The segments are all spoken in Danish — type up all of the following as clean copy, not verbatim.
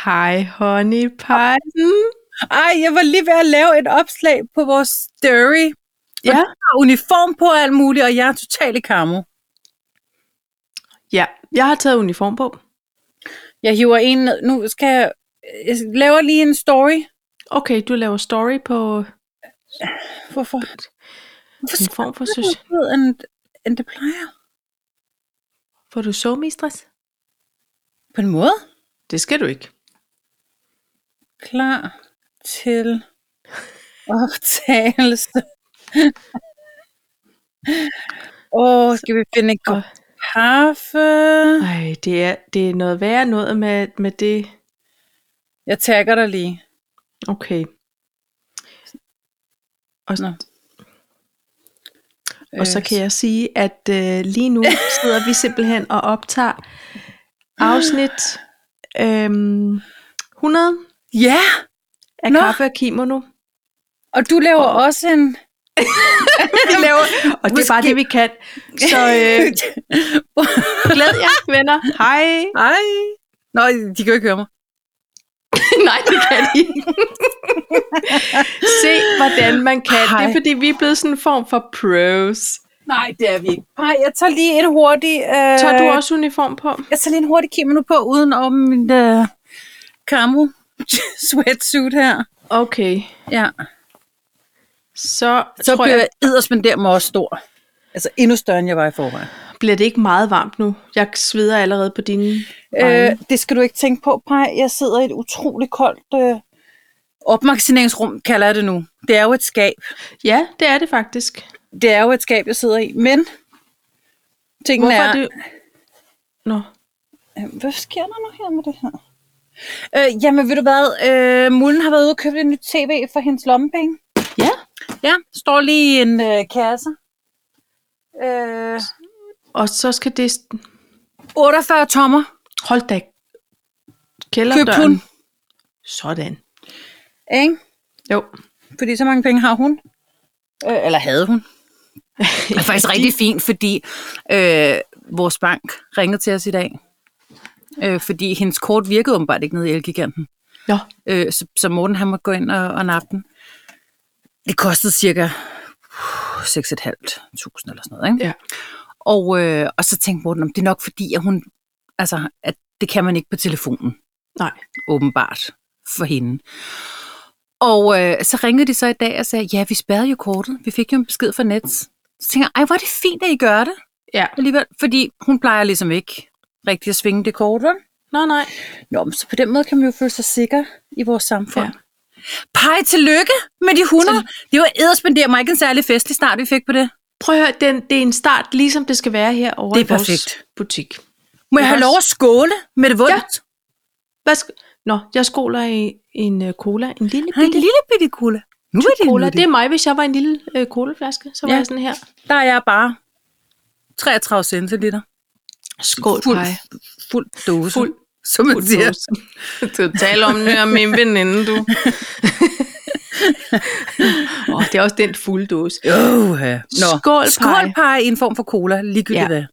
Hej, honey pie. Ej, jeg var lige ved at lave et opslag på vores story. Ja. Og du har uniform på og alt muligt, og jeg er totalt i kamo. Ja, jeg har taget uniform på. Jeg hiver en ned. Nu skal jeg laver lige en story. Okay, du laver story på Hvorfor en form for social. end det plejer? Får du somi-stress? På en måde. Det skal du ikke. Klar til optagelse. Skal vi finde en kop kaffe? Nej, det er noget værre noget med det. Jeg tagger dig lige. Okay. Og så kan jeg sige, at lige nu sidder vi simpelthen og optager afsnit 100 Ja! af Kaffe og Kimono. Og du laver også en... og det er bare det, vi kan. Så glæd jer, venner. Hej. Hej. Nå, de kan jo ikke høre mig. Nej, det kan de ikke. Se, hvordan man kan. Hej. Det er, fordi vi er blevet sådan en form for pros. Nej, det er vi ikke. Hej, jeg tager lige en hurtig... Tager du også uniform på? Jeg tager lige en hurtig kimono på, uden om min camo sweatsuit her. Okay. Ja. Så bliver jeg edderspendere mig også stor. Altså endnu større, end jeg var i forvejen. Bliver det ikke meget varmt nu? Jeg sveder allerede på dine det skal du ikke tænke på, Paj. Jeg sidder i et utroligt koldt opmagasineringsrum, kalder jeg det nu. Det er jo et skab. Ja, det er det faktisk. Det er jo et skab, jeg sidder i. Men tingene hvorfor er... det... Nå. Hvad sker der nu her med det her? Jamen, ved du hvad? Mullen har været ude og købe et nyt tv for hendes lommepenge. Ja. Ja, står lige i en kasse. Og så skal det... 48 tommer. Hold da. Kælderdøren. Køb hun. Sådan. Ikke? Jo. Fordi så mange penge har hun. Eller havde hun. Det er faktisk rigtig fint, fordi vores bank ringede til os i dag. Fordi hendes kort virkede åbenbart ikke nede i Elgiganten. Ja. Så Morten han måtte gå ind og nappe den. Det kostede cirka 6.500 eller sådan noget, ikke? Ja. Og så tænkte Morten, om det er nok fordi, at hun, altså, at det kan man ikke på telefonen. Nej. Åbenbart for hende. Og så ringede de så i dag og sagde, ja, vi spærrede jo kortet. Vi fik jo en besked fra Nets. Så tænker jeg, hvor er det fint, at I gør det. Ja. Alligevel, fordi hun plejer ligesom ikke rigtig at svinge det kort, vel? Nej. Nå, men så på den måde kan man jo føle sig sikker i vores samfund. Ja. Pej, tillykke med de 100. Det var edderspendere mig ikke en særlig festlig start, vi fik på det. Prøv at høre, det er en start, ligesom det skal være her over i vores butik. Må jeg have lov at skåle med det vundt? Ja. Nå, jeg skåler i en cola. En lille bitte cola. Nu er det cola. Det er mig, hvis jeg var en lille colaflaske. Så var jeg sådan her. Der er jeg bare 33 centiliter. Skål, Pej. Fuld dose. Som man siger. Du taler om min veninde, du. Det er også den fulde dåse. Skål, Pej, i en form for cola. Ligegyldigt hvad.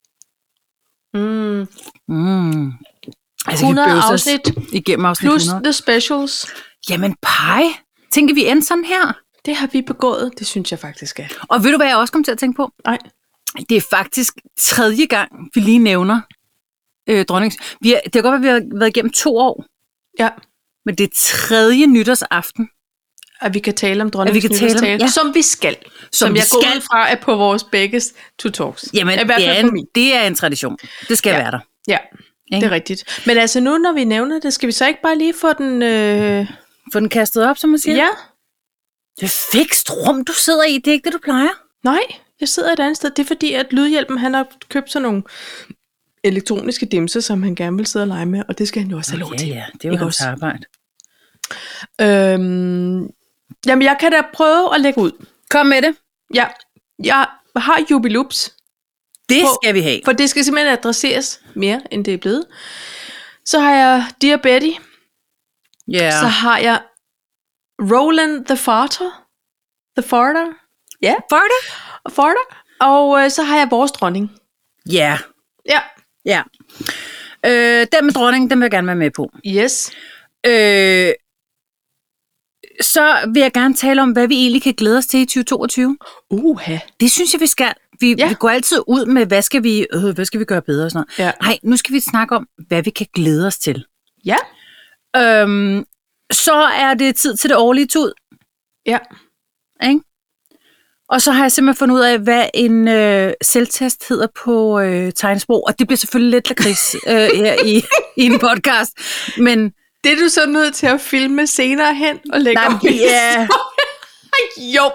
100 afsnit. Igennem afsnit plus 100. The Specials. Jamen, Pej. Tænker vi end sådan her? Det har vi begået. Det synes jeg faktisk er. Og ved du, hvad jeg også kom til at tænke på? Nej. Det er faktisk 3. gang, vi lige nævner dronning. Det kan godt være, at vi har været igennem 2 år. Ja. Men det er 3. nytårsaften. At vi kan tale om dronningens nytårstale. Som vi skal. Som jeg går ud fra er på vores begges to-talks. Jamen, det er en tradition. Det skal være der. Ja, det er rigtigt. Men altså nu, når vi nævner det, skal vi så ikke bare lige få den... Få den kastet op, som man siger? Ja. Det er fikst rum, du sidder i. Det er ikke det, du plejer. Nej, jeg sidder et andet sted. Det er fordi, at Lydhjælpen, han har købt sådan nogle elektroniske dimser, som han gerne vil sidde og lege med, og det skal han jo også have lov til. Ja, det er jo hans arbejde. Jamen, jeg kan da prøve at lægge ud. Kom med det. Ja, jeg har jubilups. Det skal vi have. For det skal simpelthen adresseres mere, end det er blevet. Så har jeg Dear Betty. Yeah. Så har jeg Roland the Farter. The Farter. Ja. Farter. Og så har jeg vores dronning. Ja. Ja. Ja. Den med dronningen, den vil jeg gerne være med på. Yes. Så vil jeg gerne tale om, hvad vi egentlig kan glæde os til i 2022. Det synes jeg, vi skal. Vi går altid ud med, hvad skal vi gøre bedre og sådan noget. Ja. Nej, nu skal vi snakke om, hvad vi kan glæde os til. Ja. Så er det tid til det årlige tud. Ja. Ikke? Og så har jeg simpelthen fundet ud af, hvad en selvtest hedder på tegnsprog. Og det bliver selvfølgelig lidt lakrids her i en podcast. Men det er du så nødt til at filme senere hen og lægge op i Jo.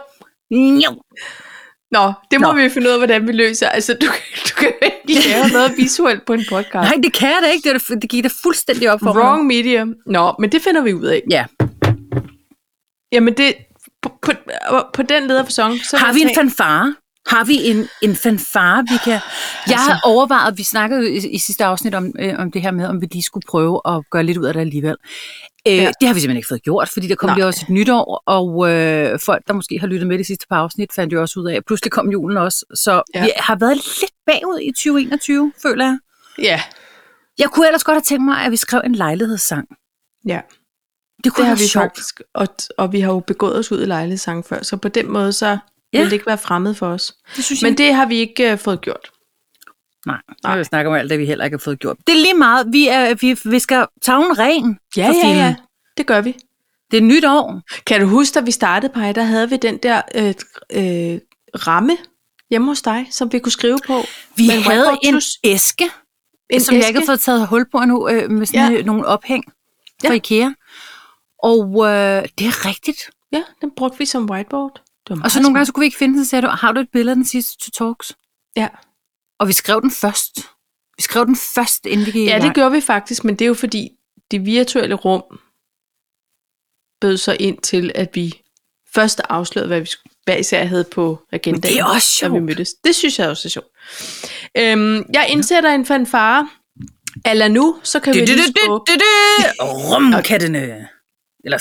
Nå, det må vi finde ud af, hvordan vi løser. Altså, du kan ikke lave noget visuelt på en podcast. Nej, det kan jeg da ikke. Det gik da fuldstændig op for mig. Wrong medium. Nå, men det finder vi ud af. Ja. Jamen, det på den lederfacon, så har vi en fanfare? Har vi en fanfare, vi kan... Jeg har overvejet, vi snakkede i sidste afsnit om det her med, om vi lige skulle prøve at gøre lidt ud af det alligevel. Det har vi simpelthen ikke fået gjort, fordi der kom lige også et nytår, og folk, der måske har lyttet med det sidste par afsnit, fandt jo også ud af, at pludselig kom julen også. Så vi har været lidt bagud i 2021, føler jeg. Ja. Jeg kunne ellers godt have tænkt mig, at vi skrev en lejlighedssang. Ja. Det kunne have være sjovt. Faktisk, og vi har jo begået os ud i lejlighedssang før, så på den måde, så vil det ikke være fremmed for os. Det synes Men det har vi ikke fået gjort. Nej, jeg vil snakke om alt det, vi heller ikke har fået gjort. Det er lige meget. Vi skal tavlen ren. Ja, det gør vi. Det er nyt år. Kan du huske, da vi startede, Paj, der havde vi den der ramme hjemme hos dig, som vi kunne skrive på. Vi havde en æske, som jeg ikke har fået taget hul på endnu, med sådan nogle ophæng fra IKEA. Og det er rigtigt. Ja, den brugte vi som whiteboard. Og så nogle gange så kunne vi ikke finde den, så sagde du, har du et billede af den sidste to talks? Ja. Og vi skrev den først. Vi skrev den først, inden vi gik i gang. Ja, det gjorde vi faktisk, men det er jo fordi, det virtuelle rum bød så ind til, at vi først afslørede, hvad vi hver især havde på agendaen. Det er også sjovt. Da vi mødtes. Det synes jeg også er sjovt. Jeg indsætter en fanfare. Eller nu, så kan vi lige skubbe. Rumkattene. Eller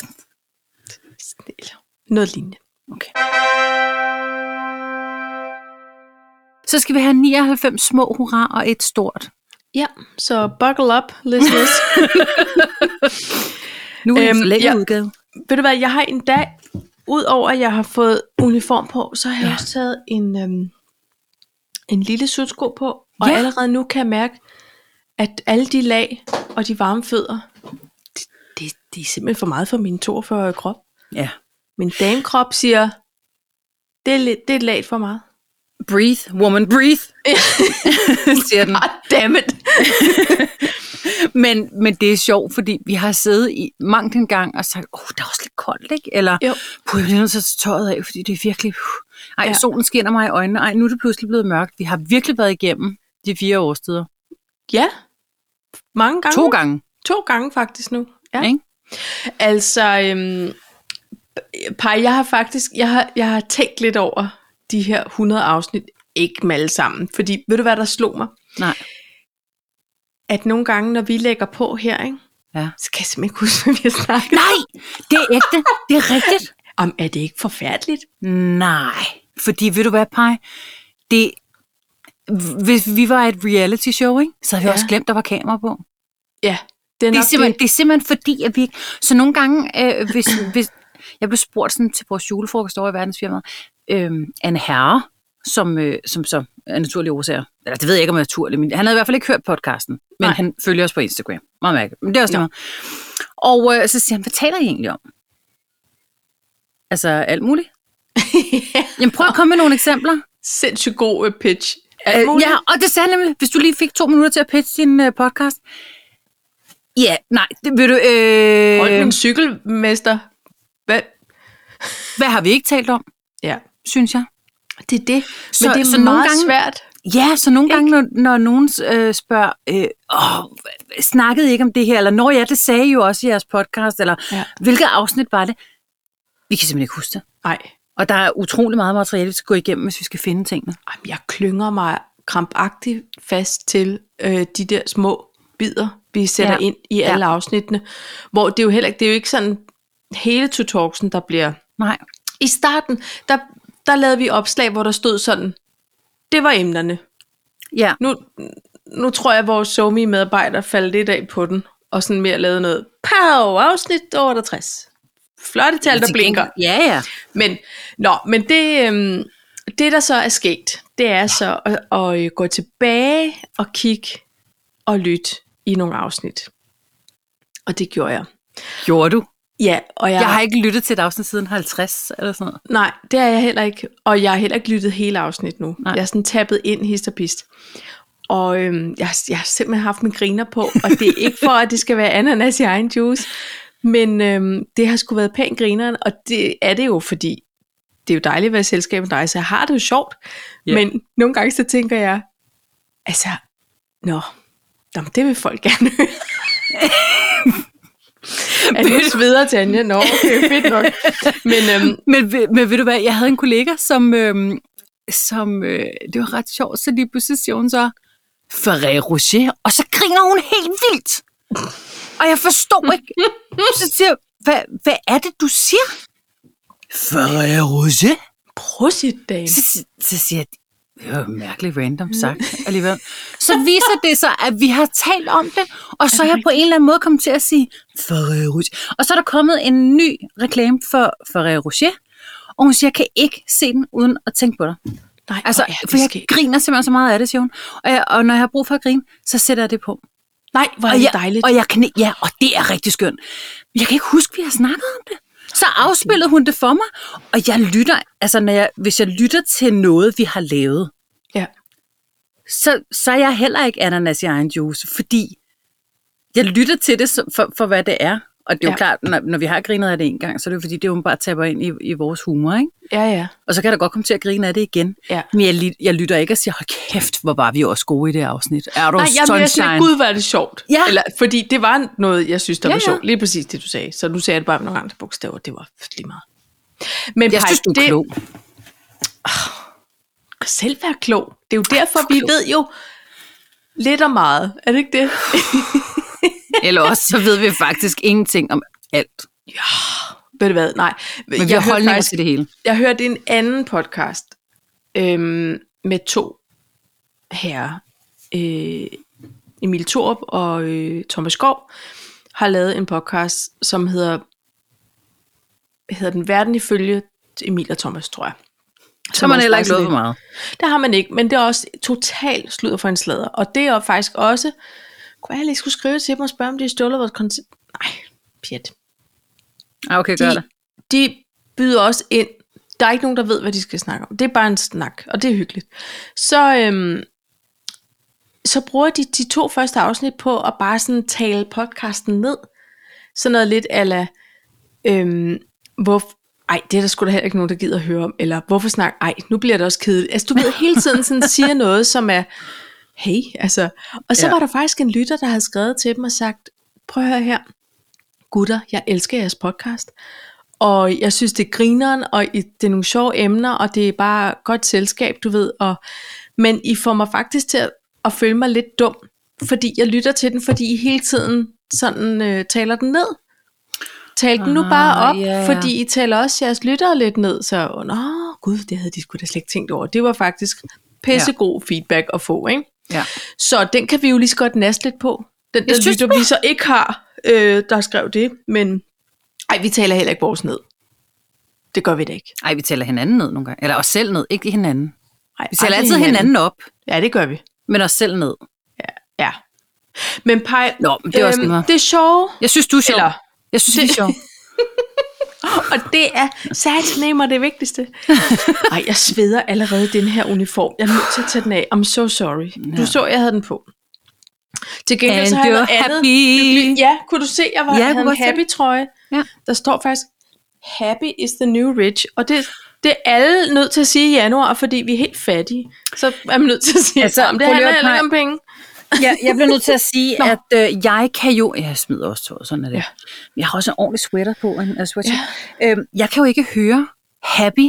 noget lignende. Okay. Så skal vi have 99 små hurra og et stort. Ja, så buckle up, listeners. Nu er det en længere udgave. Ved du hvad, jeg har en dag, udover at jeg har fået uniform på, så har jeg også taget en lille sudsko på. Og allerede nu kan jeg mærke, at alle de lag og de varme fødder, det er simpelthen for meget for min 42-årige krop. Ja. Min damekrop siger, det er et lag for meget. Breathe, woman, breathe, siger den. God damn it. men det er sjovt, fordi vi har siddet i mangt en gang og sagt, det er også lidt koldt, ikke? Eller, jeg bliver nødt til at tage tøjet af, fordi det er virkelig, solen skinner mig i øjnene, nu er det pludselig blevet mørkt. Vi har virkelig været igennem de 4 årstider. Ja, mange gange. 2 gange. 2 gange faktisk nu. Ja. Ikke? Altså, Paj, jeg har tænkt lidt over de her 100 afsnit, ikke med alle sammen, fordi ved du hvad der slog mig? Nej. At nogle gange, når vi lægger på her, ikke? Ja. Så kan jeg simpelthen ikke huske, hvad vi har snakket. Nej, det er ægte. Det er rigtigt. Er det ikke forfærdeligt? Nej, fordi ved du hvad, Paj? Hvis vi var et reality show, ikke? Så havde vi også glemt, der var kamera på. Ja. Det er simpelthen fordi, at vi ikke... Så nogle gange, hvis jeg blev spurgt sådan til vores julefrokost over i verdensfirmaet, en herre, som så er naturlige årsager, eller det ved jeg ikke om er naturligt, men han havde i hvert fald ikke hørt podcasten, men han følger os på Instagram. Meget mærkeligt. Men det er også det. Og så siger han, hvad taler I egentlig om? Altså alt muligt. Jamen prøv at komme med nogle eksempler. Sindssygt god pitch. Ja, og det sagde nemlig, hvis du lige fik 2 minutter til at pitche din podcast. Ja, nej, det vil du... Hold min cykelmester. Hvad har vi ikke talt om? Ja. Synes jeg. Det er det. Men det er meget svært. Ja, så nogle gange, når nogen spørger, snakkede I ikke om det her? Eller det sagde I jo også i jeres podcast. Eller hvilket afsnit var det? Vi kan simpelthen ikke huske det. Nej. Og der er utrolig meget materiale, vi skal gå igennem, hvis vi skal finde tingene. Jeg klynger mig krampagtigt fast til de der små bidder, vi sætter ind i alle afsnittene. Hvor det er jo heller ikke, det er jo ikke sådan hele to-talksen, der bliver... Nej. I starten, der lavede vi opslag, hvor der stod sådan, det var emnerne. Ja. nu tror jeg, at vores SoMe-medarbejdere faldt lidt af på den, og sådan mere lavet noget, pow, afsnit 68. Flotte tal, der blinker. Ja. Men det, der så er sket, det er så at gå tilbage og kigge og lytte i nogle afsnit. Og det gjorde jeg. Gjorde du? Ja, og Jeg har ikke lyttet til et afsnit siden 50 eller sådan noget. Nej, det er jeg heller ikke. Og jeg har heller ikke lyttet hele afsnit nu. Nej. Jeg er sådan tappet ind hist og pist. Og jeg har simpelthen haft min griner på. Og det er ikke for, at det skal være ananas i egen juice. Men det har sgu været pænt grineren. Og det er det jo, fordi det er jo dejligt at være i selskab med dig. Så jeg har det jo sjovt. Yeah. Men nogle gange så tænker jeg, altså, det vil folk gerne høre. At nu sveder Tanja. Nå, okay, fedt nok. Men ved du hvad, jeg havde en kollega, som det var ret sjovt, så lige pludselig siger hun så, Ferrero Rocher, og så griner hun helt vildt. Og jeg forstod ikke. Så siger jeg, hvad er det, du siger? Ferrero Rocher? Prosit, dame. Så siger jeg, det var mærkeligt random sagt alligevel. Så viser det sig, at vi har talt om det, og så er jeg på en eller anden måde kommet til at sige Ferrero Rocher. Og så er der kommet en ny reklame for Ferrero Rocher, og hun siger, jeg kan ikke se den uden at tænke på dig. Nej, Altså, for jeg griner simpelthen så meget af det, siger hun. Og når jeg har brug for at grine, så sætter jeg det på. Nej, hvor er det dejligt. Og det er rigtig skønt. Men jeg kan ikke huske, vi har snakket om det. Så afspillede hun det for mig, og jeg lytter, altså hvis jeg lytter til noget, vi har lavet, ja. så er jeg heller ikke ananas i egen juice, fordi jeg lytter til det for hvad det er. Og det er jo klart, når vi har grinet af det en gang, så er det jo fordi, det jo bare tapper ind i vores humor, ikke? Ja. Og så kan der godt komme til at grine af det igen. Ja. Men jeg lytter ikke og siger, hold kæft, hvor var vi også gode i det afsnit. Er du sunshine? Jeg siger, gud, var det sjovt. Ja. Eller, fordi det var noget, jeg synes, der var sjovt. Lige præcis det, du sagde. Så nu sagde jeg det bare med nogle andre bogstaver. Det var lige meget. Men jeg synes, du er klog. Selv være klog. Det er jo derfor, vi ved jo lidt og meget. Er det ikke det? Eller også, så ved vi faktisk ingenting om alt. Ja, ved du hvad? Nej. Men vi har holdninger til det hele. Jeg hørte en anden podcast med 2 herrer. Emil Thorup og Thomas Skov har lavet en podcast, som hedder Den Verden ifølge Emil og Thomas, tror jeg. Så har man heller ikke lovet for meget. Det har man ikke, men det er også totalt sludder for en sladder. Og det er faktisk også, kunne jeg lige skulle skrive til dem og spørge, om de har stjålet vores koncept? Nej, pjat. Okay, gør det. De byder også ind. Der er ikke nogen, der ved, hvad de skal snakke om. Det er bare en snak, og det er hyggeligt. Så bruger de 2 første afsnit på at bare sådan tale podcasten ned. Sådan noget lidt ala, det er der sgu da heller ikke nogen, der gider at høre om. Eller hvorfor snakke, nu bliver det også kedeligt. Altså du ved, hele tiden sådan siger noget, som er, hey, altså. Og så var der faktisk en lytter, der havde skrevet til dem og sagt, prøv at høre her, gutter, jeg elsker jeres podcast. Og jeg synes, det er grineren, og det er nogle sjove emner, og det er bare godt selskab, du ved. Men I får mig faktisk til at føle mig lidt dum, fordi jeg lytter til den, fordi I hele tiden sådan taler den ned. Tal den nu bare op, fordi I taler også jeres lyttere lidt ned. Så, gud, det havde de sgu da slet ikke tænkt over. Det var faktisk pissegod feedback at få, ikke? Ja. Så den kan vi jo lige så godt næste lidt på. Den lytter vi så ikke har, der skrev det, men vi taler heller ikke vores ned. Det gør vi da ikke. Vi taler hinanden ned nogle gange. Eller os selv ned, ikke hinanden. Vi taler altid hinanden op. Ja, det gør vi. Men os selv ned. Ja. Men Paj, det er også noget. Det er sjovt. Jeg synes, du er sjov. Jeg synes, det er sjov. Og det er satnæmmer det vigtigste. Jeg sveder allerede den her uniform. Jeg er nødt til at tage den af. I'm so sorry. Ja. Du så, jeg havde den på. Til gengæld så har jeg noget andet. Ja, kunne du se, jeg havde en happy trøje. Ja. Der står faktisk, happy is the new rich. Og det er alle nødt til at sige i januar, fordi vi er helt fattige. Så er man nødt til at sige, det handler heller ikke om penge. Ja, jeg bliver nødt til at sige, at jeg kan jo... Jeg smider også tøjet, sådan er det. Ja. Jeg har også en ordentlig sweater på. En sweater. Ja. Jeg kan jo ikke høre happy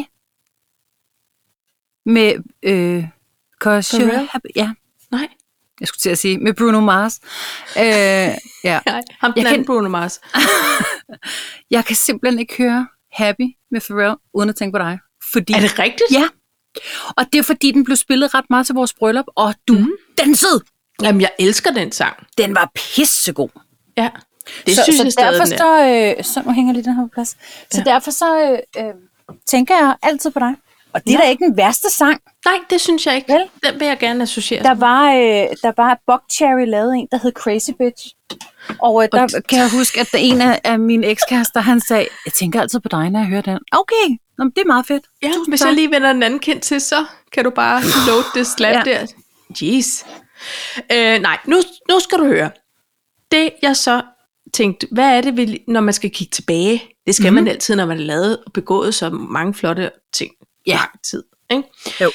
med... Cause you're happy. Ja. Nej. Jeg skulle til at sige, med Bruno Mars. Ja. Ham den anden Bruno Mars. Jeg kan simpelthen ikke høre happy med Pharrell, uden at tænke på dig. Fordi, er det rigtigt? Ja. Og det er fordi, den blev spillet ret meget til vores bryllup, og du dansede. Jamen, jeg elsker den sang. Den var pissegod. Ja, det synes jeg stadig, derfor så nu hænger lige den her på plads. Så derfor så tænker jeg altid på dig. Og det er da ikke den værste sang. Nej, det synes jeg ikke. Vel? Den vil jeg gerne associere. Der var Buckcherry lavet en, der hed Crazy Bitch. Og der kan jeg huske, at en af mine ekskærester, han sagde, jeg tænker altid på dig, når jeg hører den. Okay, det er meget fedt. Ja, hvis jeg lige vender en anden kendt til, så kan du bare load det slap der. Jeez. Nej, nu skal du høre. Det jeg så tænkte, hvad er det, når man skal kigge tilbage? Det skal man altid, når man har lavet og begået så mange flotte ting. Lang tid. Ikke? Jo.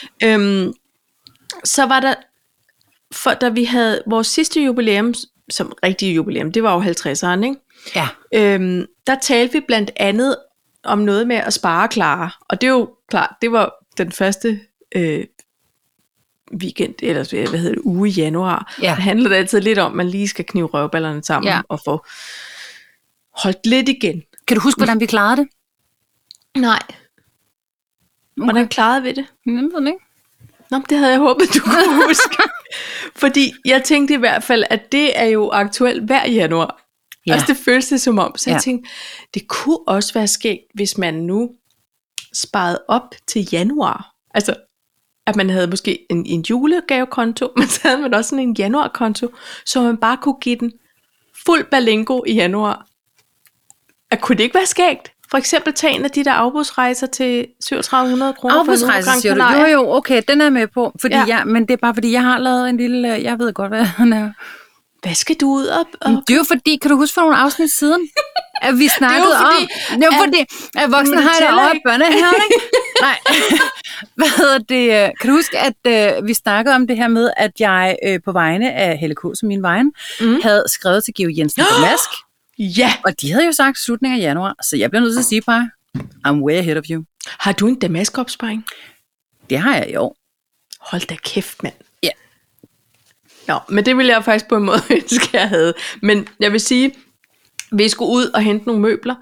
Så var der, for da vi havde vores sidste jubilæum, som rigtige jubilæum, det var jo 50'erne, ikke? Ja. Der talte vi blandt andet om noget med at spare Clara. Og det er jo klart, det var den første weekend, eller uge i januar. Ja. Det handler det altid lidt om, at man lige skal knive røvballerne sammen og få holdt lidt igen. Kan du huske, hvordan vi klarede det? Nej. Hvordan klarede vi det? Ikke? Nå, det havde jeg håbet, du kunne huske. Fordi jeg tænkte i hvert fald, at det er jo aktuelt hver januar. Ja. Altså det føles det som om. Så jeg tænkte, det kunne også være skægt, hvis man nu sparede op til januar. Altså, at man havde måske en julegavekonto, men så havde man også sådan en januarkonto, så man bare kunne give den fuld balingo i januar. Kunne det ikke være skægt? For eksempel tage en af de der afbudsrejser til 3700 kroner. Afbudsrejser, siger du? Jo, okay, den er jeg med på. Fordi men det er bare fordi, jeg har lavet en lille, jeg ved godt, hvad han er. Hvad skal du ud og... Det er jo fordi, kan du huske for nogle afsnit siden, at vi snakkede om... Det er jo fordi, at voksne har det over børnehaven, ikke? Nej. Hvad hedder det? Kan du huske, at vi snakkede om det her med, at jeg på vegne af Helle K. som min vejen, havde skrevet til Georg Jensen Damask. Ja! Og de havde jo sagt slutningen af januar, så jeg bliver nødt til at sige bare, I'm way ahead of you. Har du en Damask-opsparing? Det har jeg i år. Hold da kæft, mand. Ja. Nå, men det ville jeg faktisk på en måde ønske, jeg havde. Men jeg vil sige, vi skulle ud og hente nogle møbler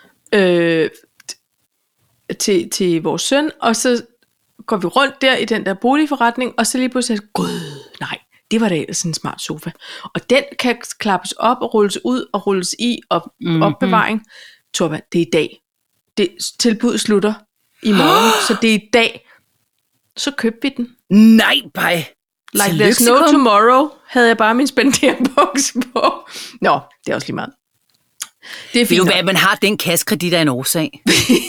til vores søn, og så går vi rundt der i den der boligforretning, og så lige pludselig gud, nej, det var da ellers en smart sofa. Og den kan klappes op og rulles ud og rulles i og opbevaring. Torva, det er i dag. Tilbuddet slutter i morgen, så det er i dag. Så købte vi den. Nej, bye. Like there's no tomorrow, havde jeg bare min spenderboks på. Nå, det er også lige meget. Det er fint. Ved du hvad, man har den kassekredit af en årsag.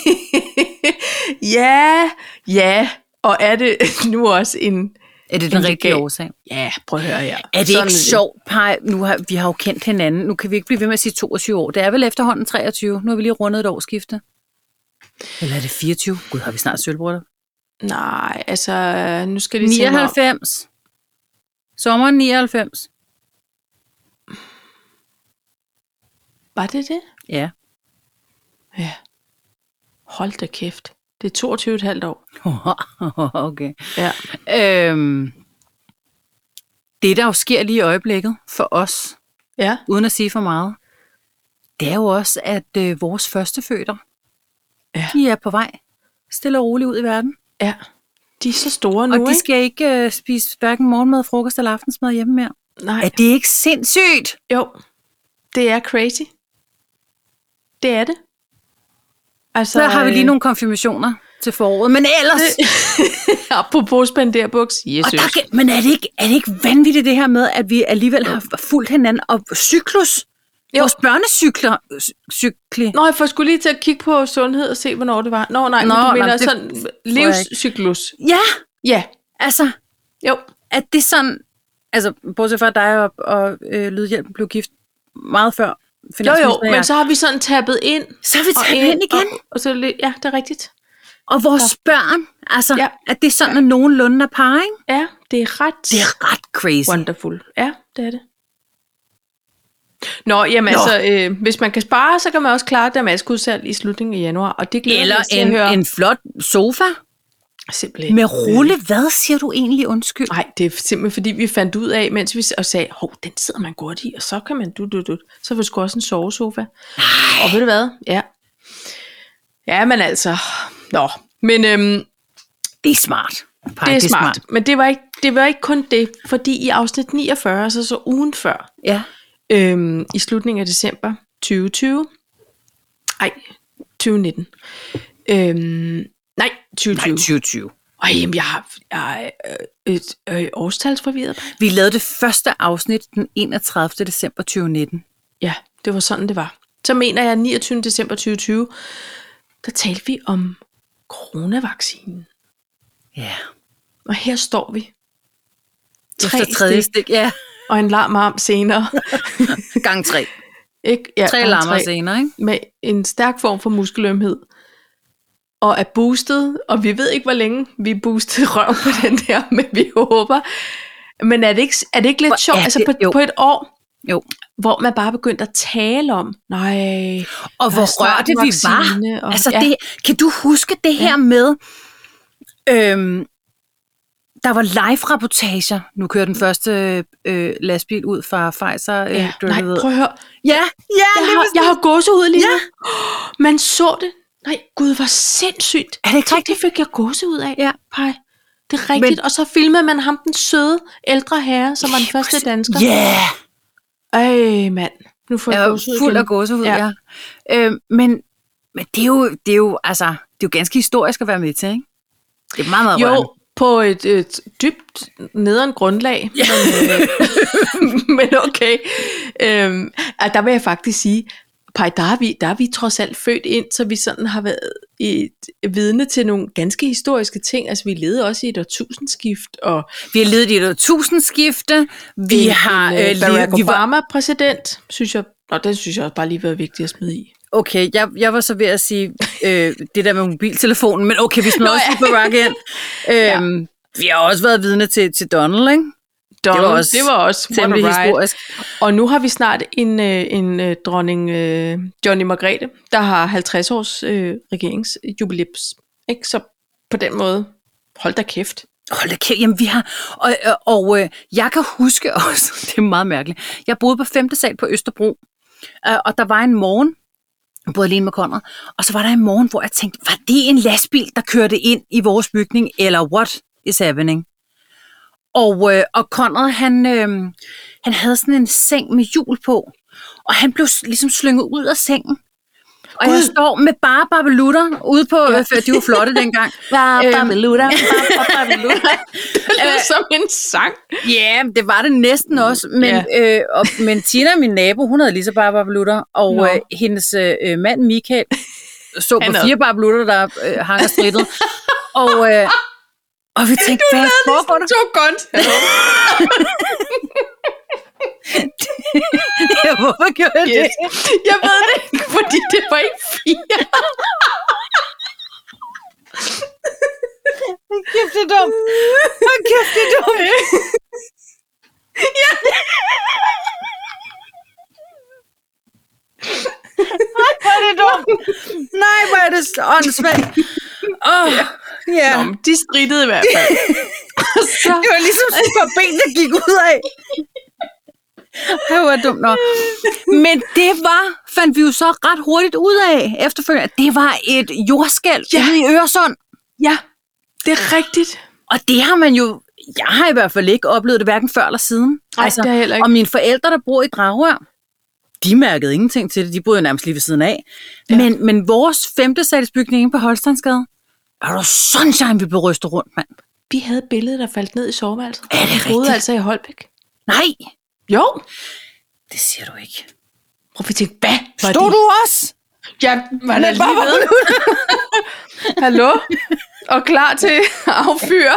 Ja. Og er det nu også en... Er det den rigtige årsag? Ja, prøv at høre her. Er det ikke sjovt, Paj? Vi har jo kendt hinanden. Nu kan vi ikke blive ved med at sige 22 år. Det er vel efterhånden 23. Nu har vi lige rundet et årsskifte. Eller er det 24? Gud, har vi snart sølvbryllup? Nej, altså, nu skal de 99. Sommeren 99. Var det det? Ja. Ja. Hold da kæft. Det er 22,5 år. Okay. Ja. Det, der jo sker lige i øjeblikket for os, uden at sige for meget, det er jo også, at vores førstefødder, de er på vej stille og roligt ud i verden. Ja. De er så store nu, og de skal ikke spise hverken morgenmad, frokost eller aftensmad hjemme mere. Nej. Er det ikke sindssygt? Jo, det er crazy. Det er det. Altså, så har vi lige nogle konfirmationer til foråret, men ellers... Apropos spenderbuks, Jesus. Men er det ikke vanvittigt det her med, at vi alligevel har fulgt hinanden og cyklus? Jo. Vores børnecykler. Nå, jeg får skulle lige til at kigge på sundhed og se, hvornår det var. Nå, men du mener sådan livscyklus. Ja. Altså, jo. At det sådan... Altså, bortset fra dig og Lydhjælpen blev gift meget før. Jo, men så har vi sådan tappet ind. Så har vi tappet ind igen. Og så, ja, det er rigtigt. Og vores børn, altså, at det er sådan, at nogenlunde er par, ikke? Ja, det er ret crazy. Wonderful. Ja, det er det. Nå, jamen altså, hvis man kan spare, så kan man også klare Damask-udsalg i slutningen af januar. Og det eller en flot sofa. Simpelthen. Med rulle, hvad siger du egentlig, undskyld? Nej, det er simpelthen fordi, vi fandt ud af, mens vi sagde, den sidder man godt i, og så kan man så får vi sgu også en sovesofa. Nej. Og ved du hvad? Ja, men altså, men... det er smart. Det er smart. Men det var ikke kun det, fordi i afsnit 49, så ugen før, i slutningen af december 2020, 2019, 2020. Jamen, jeg er et årstalsforvirret. Vi lavede det første afsnit den 31. december 2019. Ja, det var sådan, det var. Så mener jeg, 29. december 2020, der talte vi om coronavaccinen. Ja. Og her står vi. Efter tredje stik, ja. Og en larm arm senere. Gang 3. Ikke? Ja, 3 larmer senere, ikke? Med en stærk form for muskelømhed. Og er boostet, og vi ved ikke, hvor længe vi er boostet røv på den der, men vi håber. Men er det ikke lidt sjovt? Altså på et år, hvor man bare begyndte at tale om, og hvor rørte vi var. Og, det, kan du huske det her med, der var live-rapportager. Nu kører den første lastbil ud fra Pfizer. Prøv at høre. Ja, jeg har gåsehud lige nu. Man så det. Nej, gud, hvor sindssygt. Er det ikke rigtigt? Det fik jeg gåsehud af. Ja. Pej. Det er rigtigt. Og så filmede man ham, den søde, ældre herre, som var den første dansker. Ja! Mand. Nu får jeg gåsehud fuld af gåsehud, ja. Men det er jo ganske historisk at være med til, ikke? Det er meget, meget rørende. På et dybt nederen grundlag. Ja. Men okay. Der vil jeg faktisk sige, Pej, der er vi trods alt født ind, så vi sådan har været et vidne til nogle ganske historiske ting. Altså, vi levede også i et årtusindskift. Og vi har levet i et årtusindskifte. Vi har Barack Obama præsident, synes jeg. Den synes jeg også bare lige var vigtigt at smide i. Okay, jeg var så ved at sige det der med mobiltelefonen, men okay, vi smider også Barack ind. Vi har også været vidne til Donald, ikke? Donald, det var også temmelig historisk. Og nu har vi snart en dronning, Johnny Margrethe, der har 50 års regeringsjubilæums. Ikke? Så på den måde, hold da kæft. Jamen vi har, og jeg kan huske også, det er meget mærkeligt, jeg boede på 5. sal på Østerbro, og der var en morgen, jeg boede alene med Conrad, og så var der en morgen, hvor jeg tænkte, var det en lastbil, der kørte ind i vores bygning, eller what is happening? Og Conrad, han havde sådan en seng med hjul på, og han blev ligesom slynget ud af sengen. Og jeg står med bare babelutter ude på, de var flotte dengang. Babelutter. Det er som en sang. Ja, det var det næsten også. Men Tina, min nabo, hun havde lige så bare babelutter, og hendes mand Michael så på 4 babelutter, der hang og strittede. Og vi tænkte, hvad foregår der? 2 guns. Hvorfor gjorde jeg det? Jeg ved det ikke, fordi det var ikke 4. Kæft, det er dumt. Kæft, det er dumt. Ja. Hvor er det dumt. Nej, hvor er det åndssvagt. Ja. Nå, de strittede i hvert fald. Det var ligesom sådan et par ben, der gik ud af. Det var dumt nok. Men det fandt vi jo så ret hurtigt ud af efterfølgende, at det var et jordskælv ude i Øresund. Ja, det er rigtigt. Og det har man jo, jeg har i hvert fald ikke oplevet det hverken før eller siden. Nej, det har heller ikke. Og mine forældre, der bor i Dragør, de mærkede ingenting til det. De boede nærmest lige ved siden af. Ja. Men vores 5. salsbygning på Holsteinsgade, er der sunshine, vi blev rystet rundt, mand. Vi havde et billede, der faldt ned i soveværelset. Er det rigtigt? Vi boede altså i Holbæk. Nej. Jo. Det siger du ikke. Prøv at tænke, hvad var Stod du også? Ja, var der lige ved. Hallo? Og klar til at affyre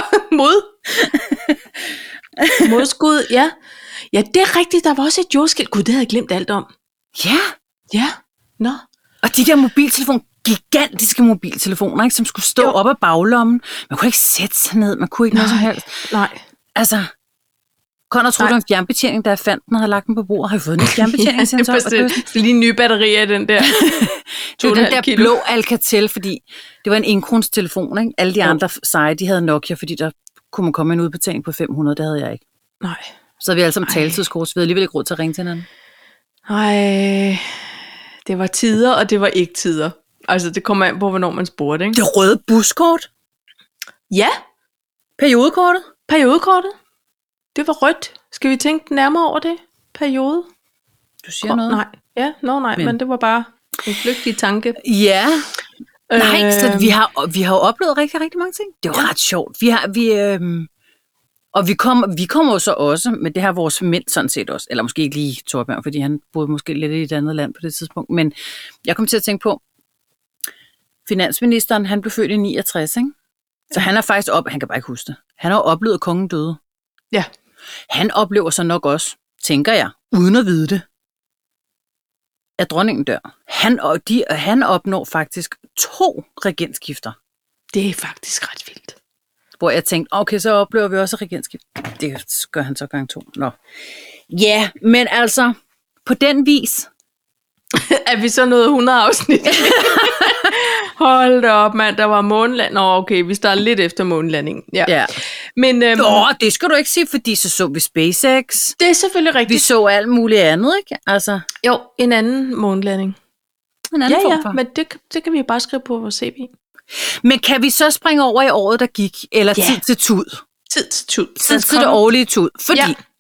modskud, ja. Ja, det er rigtigt, der var også et jordskælv. Gud, det havde jeg glemt alt om. Ja. Ja, nå. Og de der gigantiske mobiltelefoner, ikke, som skulle stå op ad baglommen. Man kunne ikke sætte sig ned, man kunne ikke noget som helst. Nej. Altså, Conrad troede, det var en fjernbetjening, da jeg fandt den og havde lagt den på bordet. Har I fået en fjernbetjening? Ja, det lige en ny batteri af den der. Det var den der blå Alcatel, fordi det var en 1-krones telefon, ikke? Alle de andre seje, de havde Nokia, fordi der kunne man komme en udbetaling på 500, det havde jeg ikke. Nej. Så havde vi alle sammen taletidskort, så vi havde alligevel ikke råd til at ringe til hinanden. Nej, det var tider, og det var ikke tider. Altså, det kommer an på, hvornår man spurgte, ikke? Det røde buskort? Ja. Periodekortet? Periodekortet. Det var rødt. Skal vi tænke nærmere over det? Periode? Du siger noget? Nej. Ja, men det var bare en flygtig tanke. Ja. Nej, så vi har jo oplevet rigtig, rigtig mange ting. Det var ret sjovt. Og vi kommer jo så også, men det har vores mænd sådan set også, eller måske ikke lige Torbjørn, fordi han boede måske lidt i et andet land på det tidspunkt, men jeg kom til at tænke på, finansministeren, han blev født i 69, ikke? Så han er faktisk han kan bare ikke huske det. Han har oplevet, at kongen døde. Ja. Han oplever så nok også, tænker jeg, uden at vide det, at dronningen dør. Han opnår faktisk 2 regentskifter. Det er faktisk ret vildt. Hvor jeg tænkte, okay, så oplever vi også regentskift. Det gør han så gang 2. Nå. Ja, men altså, på den vis... Er vi så nået 100 afsnit? Hold da op, mand, der var måneland. Nå, okay, vi starter lidt efter månelandingen. Ja. Men, det skal du ikke sige, fordi så vi SpaceX. Det er selvfølgelig rigtigt. Vi så alt muligt andet, ikke? Altså. Jo, en anden månelanding. En anden form for. Men det kan vi bare skrive på vores CV. Men kan vi så springe over i året, der gik? Eller tid til tud? Tid til tud. Tid til det årlige tud. Fordi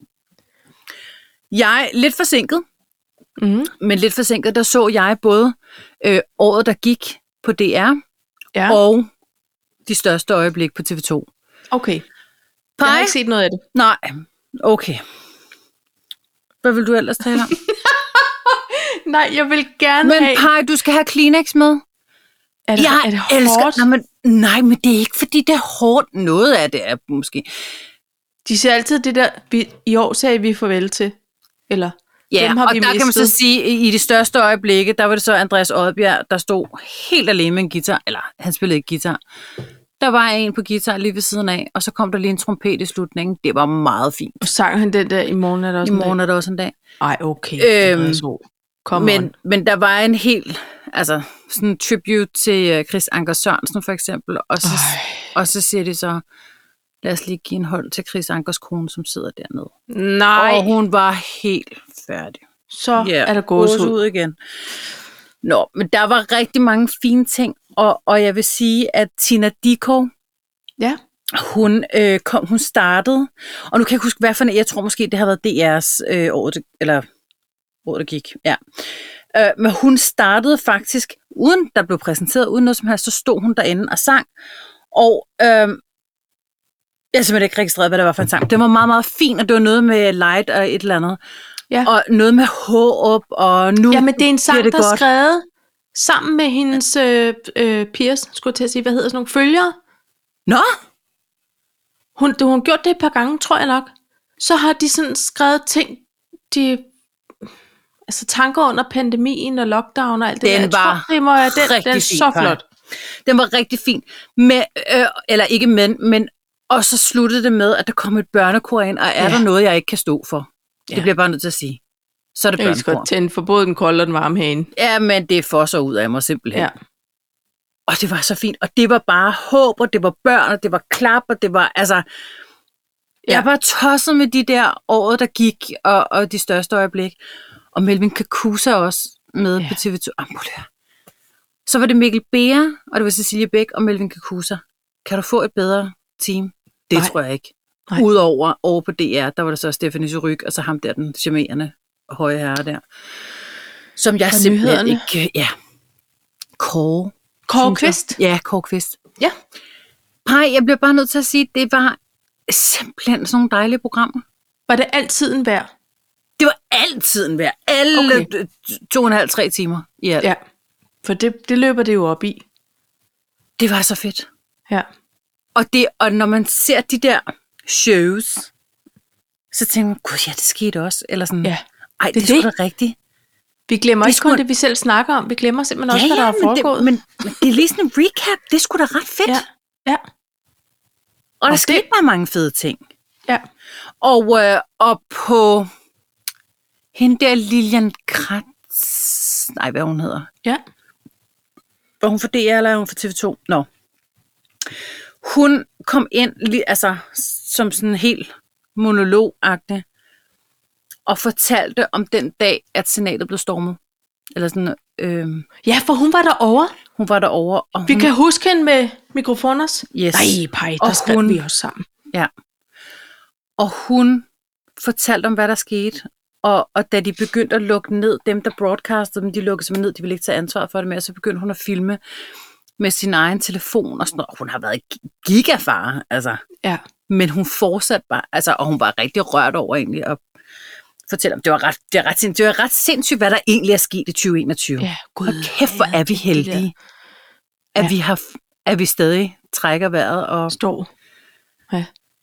jeg, lidt forsinket, men lidt forsinket, der så jeg både året, der gik på DR, og de største øjeblik på TV2. Okay. Jeg har ikke set noget af det. Nej, okay. Hvad vil du ellers tale om? Nej, jeg vil gerne have... Men Paj, du skal have Kleenex med. Er det hårdt? Nej, men det er ikke, fordi det er hårdt. Noget af det er måske. De siger altid det der, i år sagde vi farvel til. Eller ja, dem har og vi der mistet. kan man så sige, i de største øjeblikke, der var det så Andreas Odbjerg, der stod helt alene med en guitar. Eller, han spillede ikke guitar. Der var en på guitar lige ved siden af, og så kom der lige en trompet i slutningen. Det var meget fint. Og sang han den der, i morgen er der også en dag? I morgen er der også en dag. Ej, okay. Men der var en helt, altså sådan en tribute til Chris Anker Sørensen for eksempel, og så siger de så, lad os lige give en hånd til Chris Ankers kone, som sidder dernede. Nej. Og hun var helt færdig. Så er der gåsehud igen. Nå, men der var rigtig mange fine ting, og jeg vil sige, at Tina Dickow, hun startede, og nu kan jeg ikke huske, hvad for en, jeg tror måske, det har været DR's året der gik, ja. Men hun startede faktisk, uden der blev præsenteret, uden noget som helst, så stod hun derinde og sang, og jeg har simpelthen ikke registreret, hvad det var for en sang. Det var meget, meget fint, og det var noget med light og et eller andet. Ja. Og noget med håb, og nu ja, men det er en sang, det der er skrevet sammen med hendes peers, skulle jeg til at sige, hvad hedder sådan nogle følgere. Nå? Hun har gjort det et par gange, tror jeg nok. Så har de sådan skrevet ting, altså tanker under pandemien og lockdown og alt det der. Den er så flot. Den var rigtig fin. Med, eller ikke men og så sluttede det med, at der kom et børnekor ind, og er der noget, jeg ikke kan stå for? Det bliver jeg bare nødt til at sige. Så er det børnekor. Jeg skal tænde for både den kolde og den varme hane. Ja, men det får så ud af mig simpelthen. Ja. Og det var så fint. Og det var bare håb, og det var børn, og det var klap, og det var, altså... Jeg var tosset med de der året, der gik, og de største øjeblik. Og Melvin Kakusa også med på TV2. Så var det Mikkel Beer, og det var Cecilie Bæk og Melvin Kakusa. Kan du få et bedre team? Det tror jeg ikke. Udover over på DR, der var der så Stephanie Suryk, og så ham der, den charmerende høje herre der. Som jeg simpelthen ikke... Ja. Kåre Kvist? Ja, Kåre Kvist. Ja. Pej, jeg bliver bare nødt til at sige, det var simpelthen sådan nogle dejlige programmer. Var det altid en værd? Det var altid en værd. Alle 2,5-3 timer i alt. Ja, for det løber det jo op i. Det var så fedt. Ja. Og når man ser de der shows, så tænker man, gud ja, det skete også. Eller sådan, ej, det er sgu da rigtigt. Vi glemmer ikke kun det, vi selv snakker om. Vi glemmer simpelthen også, hvad der er foregået. Men det er lige sådan en recap. Det er sgu da ret fedt. Ja. Og der skete bare mange fede ting. Ja. Og på hende der Lilian Kratz, nej, hvad hun hedder. Ja. Var hun for DR, eller er hun for TV2? Nå. Hun kom ind, altså, som sådan helt monologagtig, og fortalte om den dag, at senatet blev stormet. Eller sådan, Ja, for hun var derovre. Hun var derovre, og Vi hun... kan huske hende med mikrofoners. Yes. Nej, pej, Og der skrev hun- vi også sammen. Ja. Og hun fortalte om, hvad der skete. Og da de begyndte at lukke ned, dem der broadcastede dem, de lukkede simpelthen ned, de ville ikke tage ansvar for det mere, så begyndte hun at filme med sin egen telefon og sådan noget. Hun har været gigafar, altså. Ja. Men hun fortsatte bare, altså, og hun var rigtig rørt over egentlig at fortælle om, det var ret sindssygt, hvad der egentlig er sket i 2021. Ja, gud. Og kæft, hvor er vi heldige, at vi stadig trækker vejret, og Står. Ja.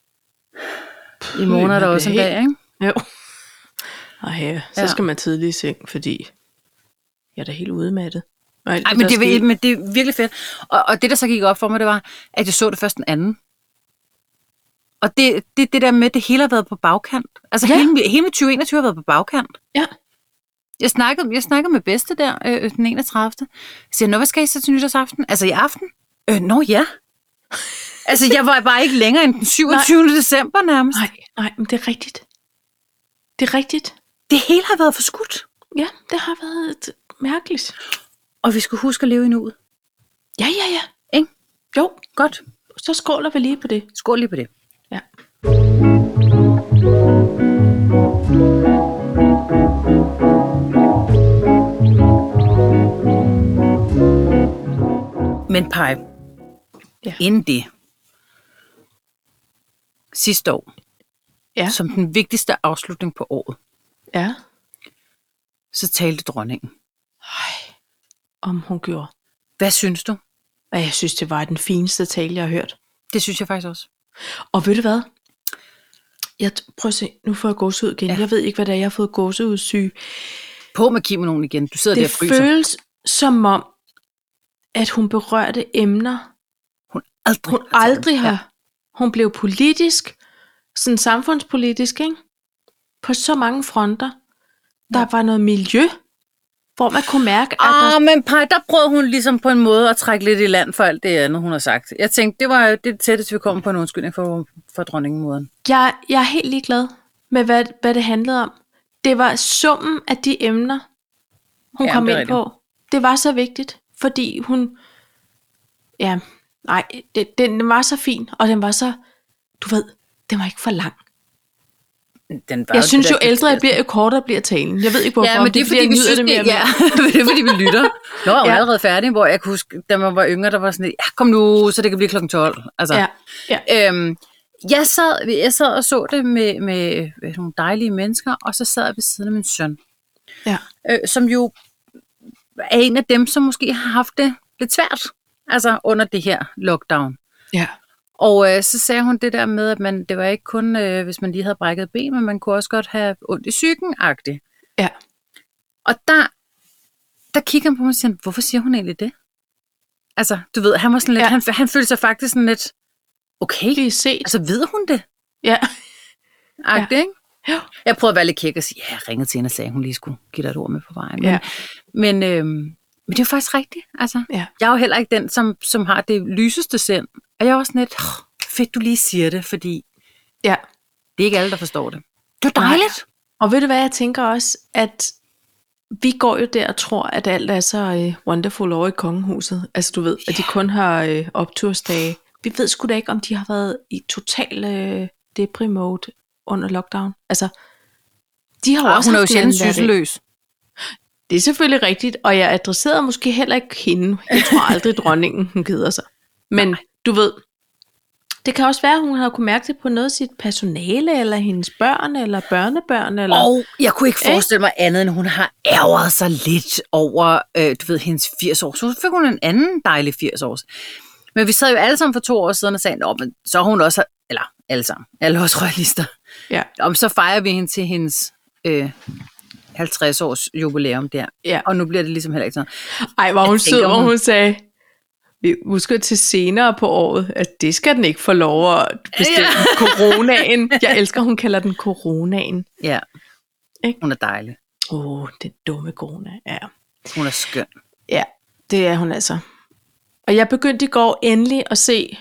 i morgen er der også en dag, ikke? Jo. Ej, ja. Så skal man tidligt i seng, fordi jeg er da helt udmattet. Ej, men det er virkelig fedt. Og det, der så gik op for mig, det var, at jeg så det først den anden. Og det der med, det hele har været på bagkant. Altså hele 2021 har været på bagkant. Ja. Jeg snakkede med Bedste der, den 31. Jeg siger, hvad skal I så til nytårsaften? Altså i aften? Ja. Altså jeg var bare ikke længere end den 27. december nærmest. Nej, men det er rigtigt. Det er rigtigt. Det hele har været forskudt. Ja, det har været mærkeligt. Og vi skulle huske at leve i nuet. Ja. Ikke? Jo, Godt. så skåler vi lige på det. Skål lige på det. Ja. Men Paj, inden det, sidste år, som den vigtigste afslutning på året, så talte dronningen. Om hun gjorde. Hvad synes du? Og jeg synes, det var den fineste tale, jeg har hørt. Det synes jeg faktisk også. Og ved du hvad? Prøv at se, nu får jeg gåsehud igen. Ja. Jeg ved ikke, hvad det er, jeg har fået gåsehudsyge. På med kimonoen igen. Du sidder der og fryser. Det føles som om, at hun berørte emner, hun aldrig har. Ja. Hun blev politisk, sådan samfundspolitisk, ikke? På så mange fronter. Der var noget miljø, hvor man kunne mærke, at men Paj, der prøvede hun ligesom på en måde at trække lidt i land for alt det andet, hun har sagt. Jeg tænkte, det var det tætteste, vi kom på en undskyldning for dronningemåden. Jeg er helt ligeglad med, hvad det handlede om. Det var summen af de emner, hun kom ind på. Det var så vigtigt, fordi hun... Ja, nej, den var så fin, og den var så... Du ved, den var ikke for lang. Jeg synes jo ældre jeg bliver, jo kortere bliver talen. Jeg ved ikke hvorfor. Ja, men det er fordi, vi synes, det er fordi, vi lytter. Nå, jeg er allerede færdig, hvor jeg kan huske, da man var yngre, der var sådan lidt, kom nu, så det kan blive klokken 12. Altså, jeg sad og så det med nogle dejlige mennesker, og så sad jeg ved siden af min søn. Ja. Som jo er en af dem, som måske har haft det lidt svært, altså under det her lockdown. Ja. Og så sagde hun det der med, at det var ikke kun, hvis man lige havde brækket ben, men man kunne også godt have ondt i psyken-agtigt. Ja. Og der kigger han på mig og siger, hvorfor siger hun egentlig det? Altså, du ved, han var sådan lidt, han følte sig faktisk sådan lidt, okay, altså ved hun det? Ja. Agtigt, ikke? Ja. Jeg prøvede at være lidt kæk og sige, jeg ringede til hende og sagde, at hun lige skulle give dig et ord med på vejen. Men det er jo faktisk rigtigt. Altså, jeg er jo heller ikke den, som har det lyseste sind. Og jeg var sådan lidt, fedt du lige siger det, fordi det er ikke alle, der forstår det. Det er dejligt. Og ved du hvad, jeg tænker også, at vi går jo der og tror, at alt er så wonderful over i kongehuset. Altså du ved, at de kun har optursdage. Vi ved sgu da ikke, om de har været i total deprimode under lockdown. Altså, de har også hun er jo sjældent sysseløs. Det er selvfølgelig rigtigt, og jeg adresserede måske heller ikke hende. Jeg tror aldrig, dronningen hun keder sig. Men du ved, det kan også være, at hun har kunnet mærke det på noget af sit personale, eller hendes børn, eller børnebørn. Eller... Og jeg kunne ikke forestille mig andet, end hun har ærget sig lidt over, du ved, hendes 80 år. Så fik hun en anden dejlig 80 år. Men vi sad jo alle sammen for 2 år siden og sagde, men så er hun også, eller alle sammen, alle os royalister. Ja. Og så fejrer vi hende til hendes 50 års jubilæum der. Ja. Og nu bliver det ligesom heller ikke sådan. Ej, hvor hun sød, hvor hun sagde, vi husker til senere på året, at det skal den ikke få lov at bestemme. Coronaen. Jeg elsker, hun kalder den coronaen. Ja, hun er dejlig. Den dumme corona, ja. Hun er skøn. Ja, det er hun altså. Og jeg begyndte i går endelig at se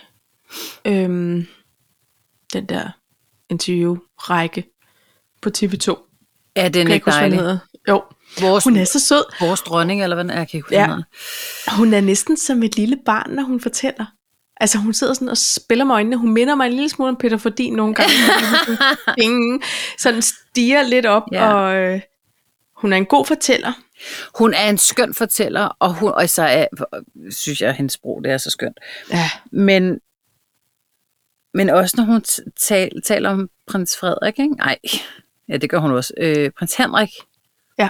den der interviewrække på TV2. Ja, den er ikke dejlig. Jo. Hun er så sød. Vores dronning, eller hvad den er, kan Ja. Hun er næsten som et lille barn, når hun fortæller. Altså hun sidder sådan og spiller med øjnene. Hun minder mig en lille smule om Peter Fordin nogle gange. Sådan stiger lidt op, og hun er en god fortæller. Hun er en skøn fortæller, og så synes jeg, at hendes sprog det er så skønt. Ja. Men også når hun taler om prins Frederik, ikke? Nej, ja, det gør hun også. Prins Henrik. Ja.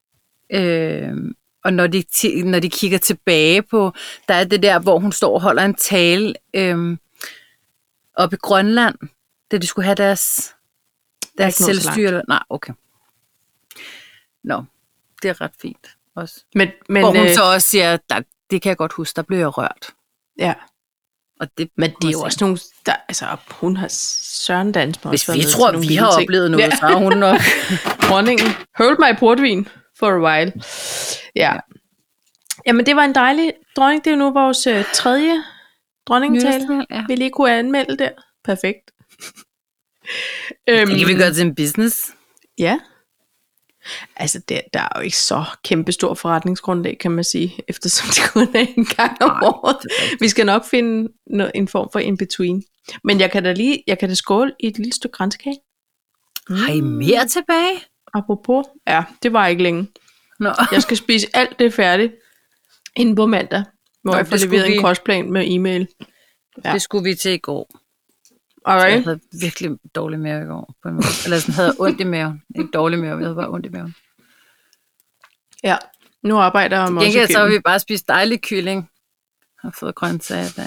Og når de kigger tilbage på, der er det der, hvor hun står og holder en tale oppe i Grønland, da de skulle have deres selvstyre. Nej, okay. Nå, det er ret fint også. Men, hvor hun så også siger, det kan jeg godt huske, der blev jeg rørt. Ja. Og men det er jo også nogle, altså hun har Søren Dansborg. Hvis vi tror, vi har oplevet noget, så har hun nok. Dronningen, hold mig i portvin for a while. Ja. Jamen det var en dejlig dronning. Det er jo nu vores tredje dronningtale. Ja. Vi lige kunne anmelde der. Perfekt. Det kan vi gøre til en business. Ja. Altså, der er jo ikke så kæmpestor forretningsgrundlag, kan man sige, eftersom det kun er en gang om året. Vi skal nok finde en form for in-between. Men jeg kan da skåle i et lille stykke kransekage. Har I mere tilbage? Apropos, ja, det var ikke længe. Jeg skal spise alt det færdigt inden på mandag, hvor jeg får leveret en kostplan med e-mail. Ja. Det skulle vi til i går. Okay. Jeg havde virkelig dårlig mave i går. På en måde. Eller sådan havde ondt i maven. Ikke dårlig mave, jeg havde bare ondt i maven. Ja, nu arbejder jeg også igennem. Så har vi bare spist dejlig kylling. Har fået grøntsager i dag.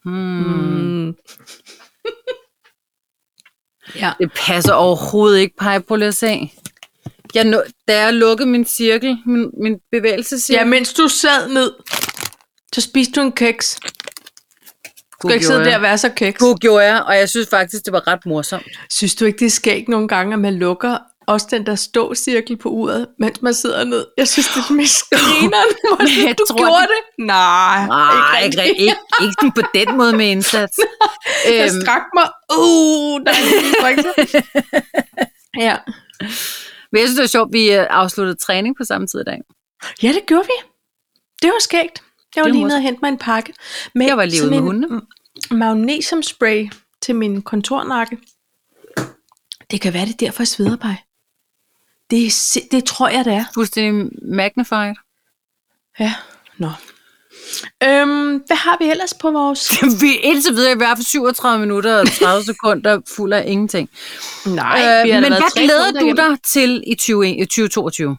Ja. Det passer overhovedet ikke, Paj. Prøv lige at se. Da jeg lukkede min cirkel, min bevægelsescirkel. Ja, mens du sad ned, så spiste du en kiks. Du skal ikke sidde der og være så kæks. Det gjorde jeg, og jeg synes faktisk, det var ret morsomt. Synes du ikke, det er skægt nogle gange, at man lukker også den der stå-cirkel på uret, mens man sidder ned? Jeg synes, det er det mest grinerne. Du gjorde det? Nej, ikke på den måde med indsats. Jeg strak mig. Der er ja. Men jeg synes, det var sjovt, vi afsluttede træning på samme tid i dag. Ja, det gjorde vi. Det var skægt. Jeg var lige nede og hente mig en pakke. Med jeg var lige ude med hundene. Magnesiumspray til min kontornakke. Det kan være, det derfor jeg sveder, Paj. Det tror jeg, det er. Fuldstændig magnified. Ja, nå. Hvad har vi ellers på vores... Vi indtil videre i hvert fald 37 minutter og 30 sekunder fuld af ingenting. Nej, men hvad glæder du dig til i 2022?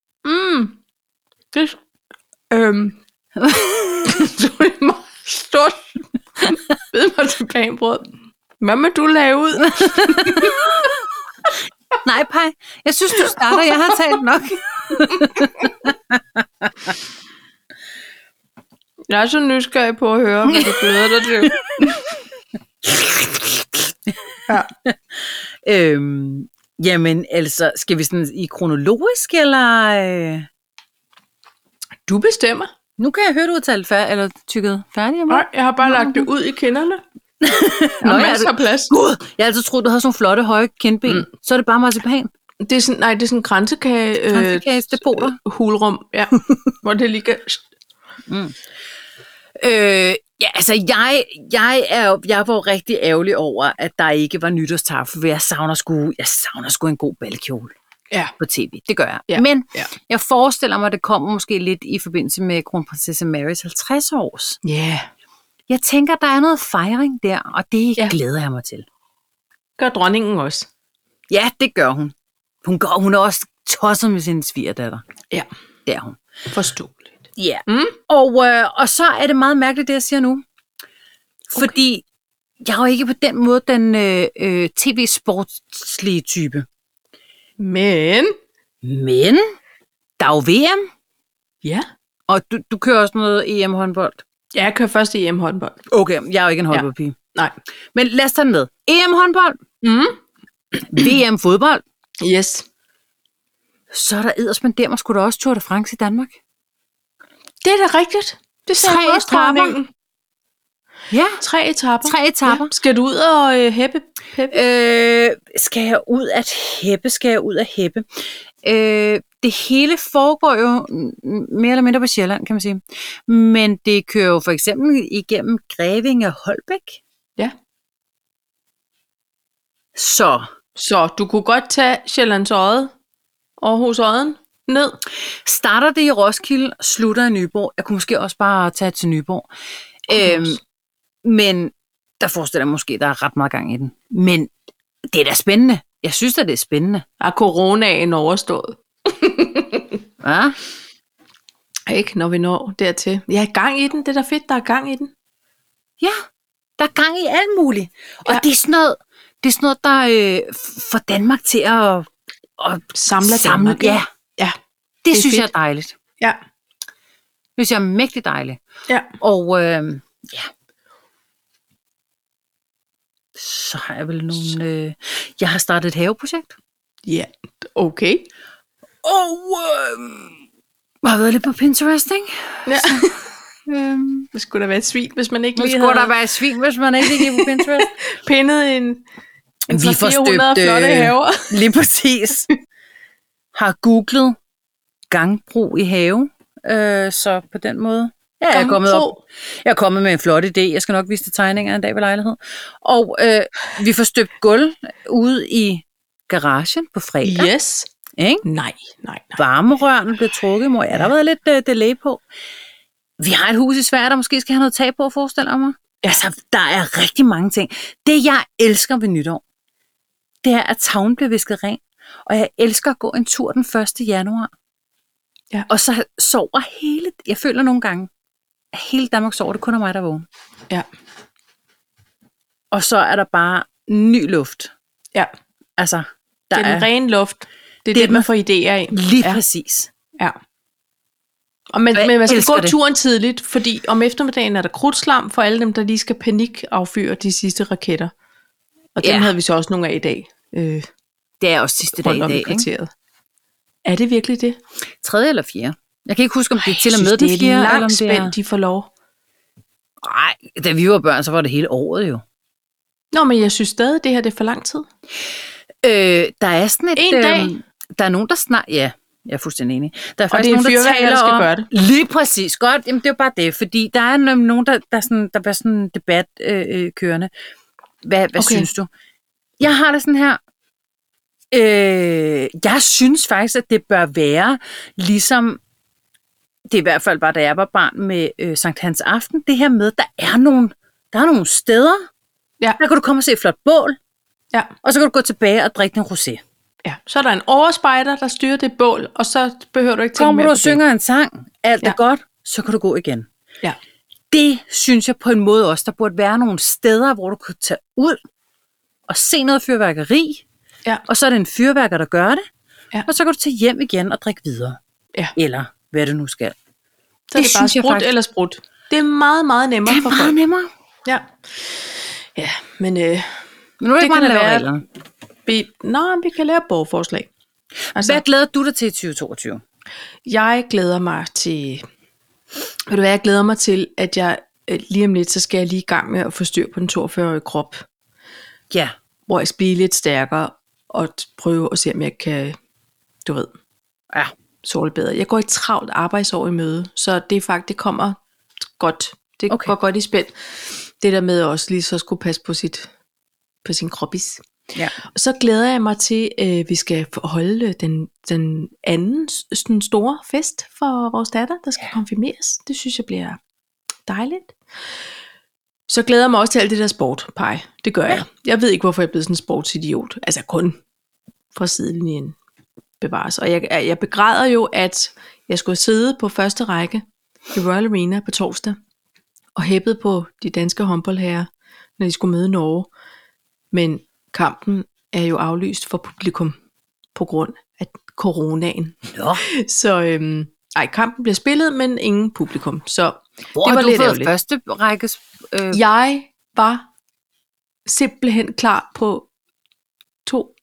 Det du er meget stort. Bed mig til banebrød. Hvad må du lave ud? Nej, Paj. Jeg synes, du starter. Jeg har talt nok. Jeg er så nysgerrig på at høre, hvad du glæder dig til. Ja. Jamen, altså, skal vi sådan i kronologisk, eller... Du bestemmer. Nu kan jeg høre, du har talt eller tykket færdig. Nej, jeg har bare lagt det ud i kinderne. Der er masser af plads. God, jeg har altid troet, du havde sådan nogle flotte, høje kindben. Så er det bare marcipan. Det er sådan en kransekagedepoter. Hulrum, ja. Hvor det ligger... Ja, altså jeg var rigtig ærgerlig over, at der ikke var nytårstafel, for jeg savner sgu en god balkjole. Ja. På tv. Det gør jeg. Ja. Men jeg forestiller mig, at det kommer måske lidt i forbindelse med kronprinsesse Marys 50 års. Ja. Yeah. Jeg tænker, der er noget fejring der, og det glæder jeg mig til. Gør dronningen også? Ja, det gør hun. Hun er også tosset med sin svigerdatter. Ja. Det er hun. Forståeligt. Ja. Og så er det meget mærkeligt, det jeg siger nu. Fordi jeg er jo ikke på den måde den tv-sportslige type. Men, der er jo VM. Ja. Og du kører også noget EM-håndbold. Ja, jeg kører først EM-håndbold. Okay, jeg er jo ikke en håndboldpige. Nej. Men lad os tage den med. EM-håndbold. VM-fodbold. Yes. Så er der eddersmandemmer, skulle der også Tour de France i Danmark. Det er da rigtigt. Det sagde jeg også, dronningen. Ja. 3 etaper. 3 etaper. Ja. Skal du ud og hæppe? Skal jeg ud at hæppe? det hele foregår jo mere eller mindre på Sjælland, kan man sige. Men det kører jo for eksempel igennem Grevinge og Holbæk. Ja. Så du kunne godt tage Sjællands Odde, Aarhus Odden, ned. starter det i Roskilde, slutter i Nyborg. Jeg kunne måske også bare tage til Nyborg. Men der forestiller jeg måske, der er ret meget gang i den. Men det er da spændende. Jeg synes, at det er spændende. Er coronaen overstået? Ja? Ikke, når vi når dertil. Jeg er gang i den. Det er da fedt, der er gang i den. Ja, der er gang i alt muligt. Og Ja. det er sådan noget, der får Danmark til at Samler Danmark. Ja, Ja. det er synes fedt. jeg er dejligt. Ja. Det synes jeg er mægtigt dejligt. Ja. Og ja. Så har jeg vel nogle... jeg har startet et haveprojekt. Ja. Okay. Og har været lidt på Pinterest, ikke? Ja. Øhm, Det skulle da være et svin, hvis man ikke nu lige skulle der havde være et svin, hvis man ikke gik på Pinterest. pindet en Vi får 400 støbt, flotte haver. Lige præcis. Har googlet gangbrug i have. Så på den måde. Ja, jeg er kommet med en flot idé. Jeg skal nok vise dig tegninger en dag ved lejlighed. Og vi får støbt gulv ude i garagen på fredag. Yes. Ikke? Nej. Varmerørene bliver trukket, mor. Ja, der har været lidt delay på. Vi har et hus i Sverige, der måske skal have noget tag på, forestiller jeg mig. Ja. Altså, der er rigtig mange ting. Det, jeg elsker ved nytår, det er, at tavlen bliver visket ren. Og jeg elsker at gå en tur den 1. januar. Ja. Og så sover jeg føler nogle gange, at hele Danmark sover, det kun er mig, der er vågen. Ja. Og så er der bare ny luft. Ja. Altså, Det er den rene luft. Det er det, man får idéer af. Lige Ja. præcis. Ja. Og men man skal elsker gå det. turen tidligt, fordi om eftermiddagen er der krudtslam for alle dem, der lige skal panikaffyre de sidste raketter. Og dem Ja. havde vi så også nogle af i dag. Det er også sidste dag Rundt i om i dag, ikke? kvarteret. Er det virkelig det? 3. eller 4. Jeg kan ikke huske, om det er til og Jeg med synes, den det 4. er eller om langt det er... spændt, de får lov. Nej, da vi var børn, så var det hele året jo. Nå, men jeg synes stadig, det her det er for lang tid. Der er sådan et... En dag? Der er nogen, der snart... Ja, jeg er fuldstændig enig. Der er Og faktisk det er nogen, der fyrværkeri, taler der skal om... gøre det. Lige præcis. Godt, jamen det er jo bare det. Fordi der er nogen, der bliver sådan en debat kørende. Hvad synes du? Jeg har det sådan her... jeg synes faktisk, at det bør være ligesom... Det er i hvert fald bare, da jeg var barn med Sankt Hans Aften. Det her med, der er nogle steder, Ja. der kan du komme og se et flot bål, Ja. og så kan du gå tilbage og drikke en rosé. Ja. Så er der en overspejder, der styrer det bål, og så behøver du ikke tænke Kommer mere du på og synger en sang, alt er Ja. godt, så kan du gå igen. Ja. Det synes jeg på en måde også, der burde være nogle steder, hvor du kan tage ud og se noget fyrværkeri, Ja. og så er det en fyrværker, der gør det, Ja. og så kan du tage hjem igen og drikke videre. Ja. Eller hvad det nu skal. Så er det bare synes jeg sprut faktisk- eller sprut. Det er meget, meget nemmere Det er for meget folk. nemmere. Ja. Ja, men Men nu er det Det ikke kan bare da lave være- reglerne. vi kan lave borgerforslag. Altså, Hvad glæder du dig til i 2022? jeg glæder mig til... Ved du hvad, jeg glæder mig til, at jeg lige om lidt, så skal jeg lige i gang med at få styr på den 42-årige krop. Ja. Hvor jeg skal blive lidt stærkere og prøve at se, om jeg kan, du ved, Ja. sove lidt bedre. Jeg går i travlt arbejdsår i møde, så det er faktisk, det kommer godt. Det Okay. går godt i spænd. Det der med også lige så skulle passe på sin kroppis. Ja. Og så glæder jeg mig til, at vi skal holde den anden sådan store fest for vores datter, der skal konfirmeres. Det synes jeg bliver dejligt. Så glæder jeg mig også til alt det der sport, Paj. Det gør jeg. Jeg ved ikke, hvorfor jeg er blevet sådan en sportsidiot. Altså kun fra sidelinjen bevares. Og jeg begræder jo, at jeg skulle sidde på første række i Royal Arena på torsdag og hæppede på de danske håndboldherrer, når de skulle møde Norge. Men kampen er jo aflyst for publikum på grund af coronaen. Nå. Så kampen bliver spillet, men ingen publikum. Så Hvor det har var du lidt fået ærgerligt. første rækkes... Jeg var simpelthen klar på 2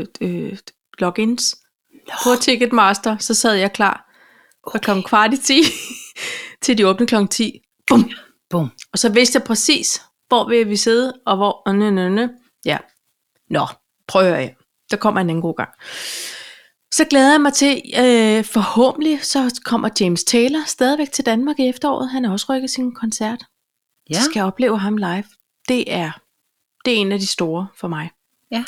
logins på Ticketmaster. Så sad jeg klar fra klokken 9:15 til de åbne klokken 10. Bum. Bum. Og så vidste jeg præcis, hvor vil vi sidde, og hvor... Ja. Nå, prøv at høre her. Der kommer en anden god gang. Så glæder jeg mig til, forhåbentlig, så kommer James Taylor stadigvæk til Danmark i efteråret. Han har også rykket sin koncert. Ja. Så skal jeg opleve ham live. Det er en af de store for mig. Ja.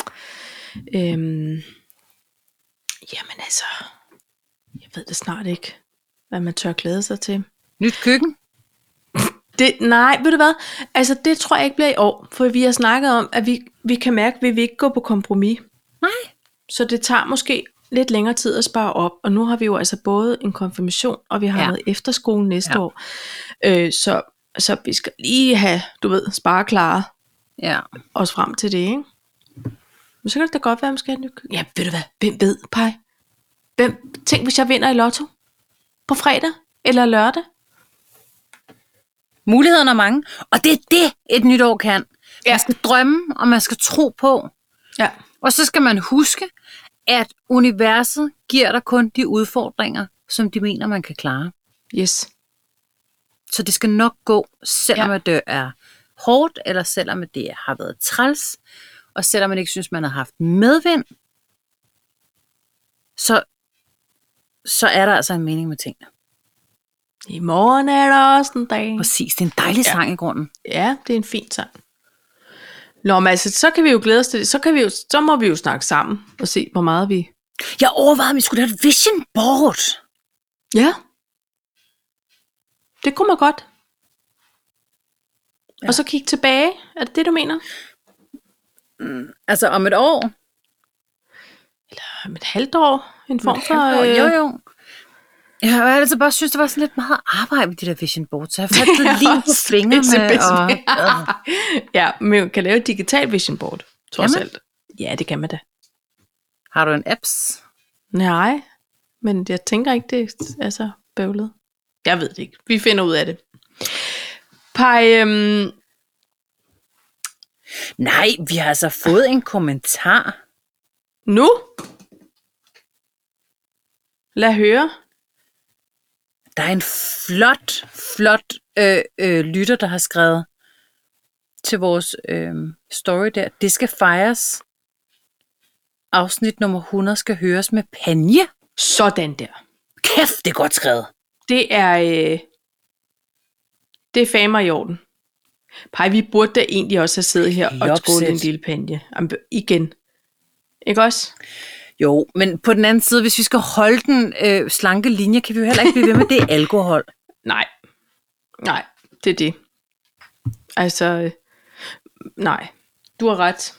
Jamen altså, jeg ved det snart ikke, hvad man tør glæde sig til. Nyt køkken? Nej, ved du hvad? Altså, det tror jeg ikke bliver i år, for vi har snakket om, at vi kan mærke, at vi vil ikke gå på kompromis. Nej. Så det tager måske lidt længere tid at spare op, og nu har vi jo altså både en konfirmation, og vi har noget efterskole næste år. Så vi skal lige have, du ved, spare klare os frem til det, ikke? Men så kan det da godt være, at man skal have en ny køkken. Ja, ved du hvad? Hvem ved, Paj? Tænk, hvis jeg vinder i lotto på fredag eller lørdag. Mulighederne er mange, og det er det, et nyt år kan. Man skal drømme, og man skal tro på. Ja. Og så skal man huske, at universet giver dig kun de udfordringer, som de mener, man kan klare. Yes. Så det skal nok gå, selvom at det er hårdt, eller selvom det har været træls, og selvom man ikke synes, man har haft medvind, så er der altså en mening med tingene. I morgen er der også en dag. Præcis, det er en dejlig sang i grunden. Ja, det er en fin sang. Nå, men altså, så kan vi jo glæde os til det. Så må vi jo snakke sammen og se, hvor meget vi... Jeg overvejede, om vi skulle have et vision board. Ja. Det kunne man godt. Ja. Og så kigge tilbage. Er det det, du mener? Altså om et år? Eller om et halvt år? En form for... Jo. Jeg har altså bare synes, det var sådan lidt meget arbejde med de der vision boards, så jeg fattede lige på fingrene. Ja, men man kan lave et digitalt vision board, trods alt. Ja, det kan man da. Har du en apps? Nej, men jeg tænker ikke, det er så bøvlet. Jeg ved det ikke. Vi finder ud af det. Paj, nej, vi har altså fået en kommentar. Nu? Lad høre. Der er en flot lytter, der har skrevet til vores story der. Det skal fejres. Afsnit nummer 100 skal høres med panje. Sådan der. Kæft, det er godt skrevet. Det er famer i orden. Pej, vi burde da egentlig også have siddet her og skålet en lille panje. Igen. Ikke også? Jo, men på den anden side, hvis vi skal holde den slanke linje, kan vi jo heller ikke blive ved med det alkohol. Nej, det er det. Altså, nej, du har ret.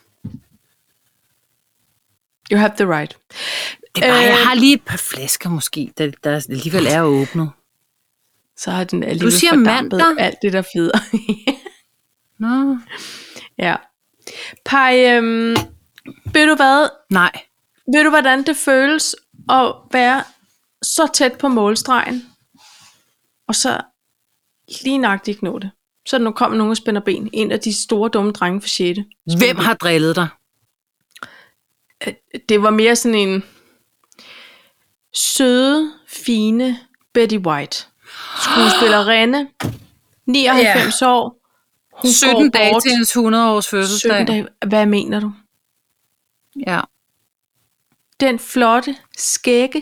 You have the right. Det er bare, jeg har lige et par flasker måske, der alligevel er åbnet. Så har den alligevel du siger fordampet mandag? Alt det, der feder. Nå. Ja. Pej, ved du hvad? Nej. Ved du, hvordan det føles at være så tæt på målstregen, og så lige nøjagtigt ikke nå det? Så nu kommer nogen og spænder ben. En af de store dumme drenge for 6. Hvem har drillet dig? Det var mere sådan en søde, fine Betty White. Skuespillerinde. 99 år. Hun 17 dage til hendes 100-års fødselsdag. 17 dage. Hvad mener du? Ja. Den flotte, skægge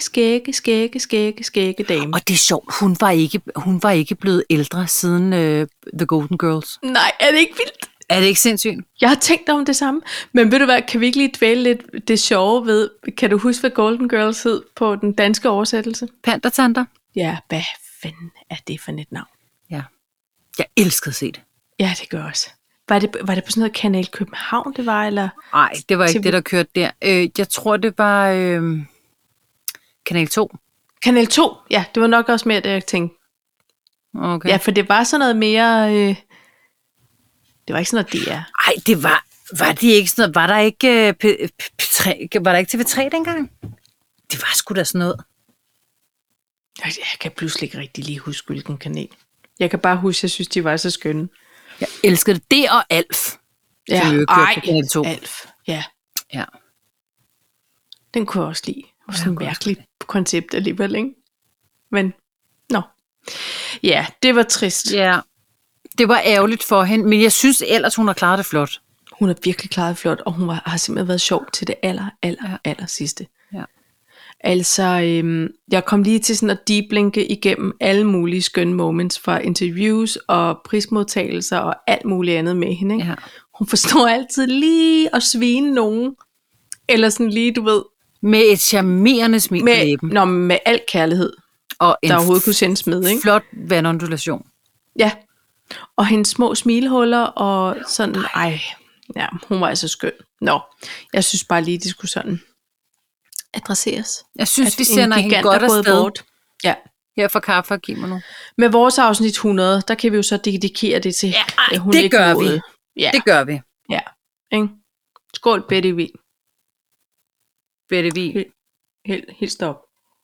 dame. Og det er sjovt, hun var ikke blevet ældre siden The Golden Girls. Nej, er det ikke vildt? Er det ikke sindssygt? Jeg har tænkt om det samme. Men ved du hvad, kan vi ikke lige dvæle lidt det sjove ved, kan du huske, hvad Golden Girls hed på den danske oversættelse? Pandertanter? Ja, hvad fanden er det for et navn? Ja. Jeg elskede at se det. Ja, det gør jeg også. Var det på sådan noget Kanal København, det var, eller? Nej, det var ikke det, der kørte der. Jeg tror, det var Kanal 2. Kanal 2, ja, det var nok også mere det, jeg tænkte. Okay. Ja, for det var sådan noget mere... det var ikke sådan noget DR. Ej, det var det ikke sådan noget... Var der ikke var der ikke TV3 dengang? Det var sgu da sådan noget. Jeg kan pludselig ikke rigtig lige huske, hvilken kanal. Jeg kan bare huske, jeg synes, de var så skønne. Jeg elskede det og Alf. Ja, Alf. Ja. Ja. Den kunne jeg også lide. Det var sådan et mærkeligt koncept alligevel, ikke? Men, ja, det var trist. Ja, det var ærgerligt for hende, men jeg synes ellers, hun har klaret det flot. Hun har virkelig klaret det flot, og hun har simpelthen været sjov til det aller sidste. Ja. Altså, jeg kom lige til sådan at deeplinke igennem alle mulige skønne moments fra interviews og prismodtagelser og alt muligt andet med hende. Ikke? Ja. Hun forstår altid lige at svine nogen. Eller sådan lige, du ved. Med et charmerende smil på læben. Med al kærlighed, Og en der overhovedet kunne sendes med. Ikke? flot vandondulation. Ja. Og hendes små smilehuller og sådan. Ja, hun var altså skøn. Nå, jeg synes bare lige, de skulle sådan adresseres. Jeg synes, At vi sender en hende gigant godt er gået afsted. bort. Ja. Her for kaffe og giv mig nu. Med vores afsnit 100, der kan vi jo så dedikere det til. Ja, hun det ikke gør nåede. vi. Ja. Det gør vi. Ja. Ikke? Skål, Betty V. Betty V. Helt stop.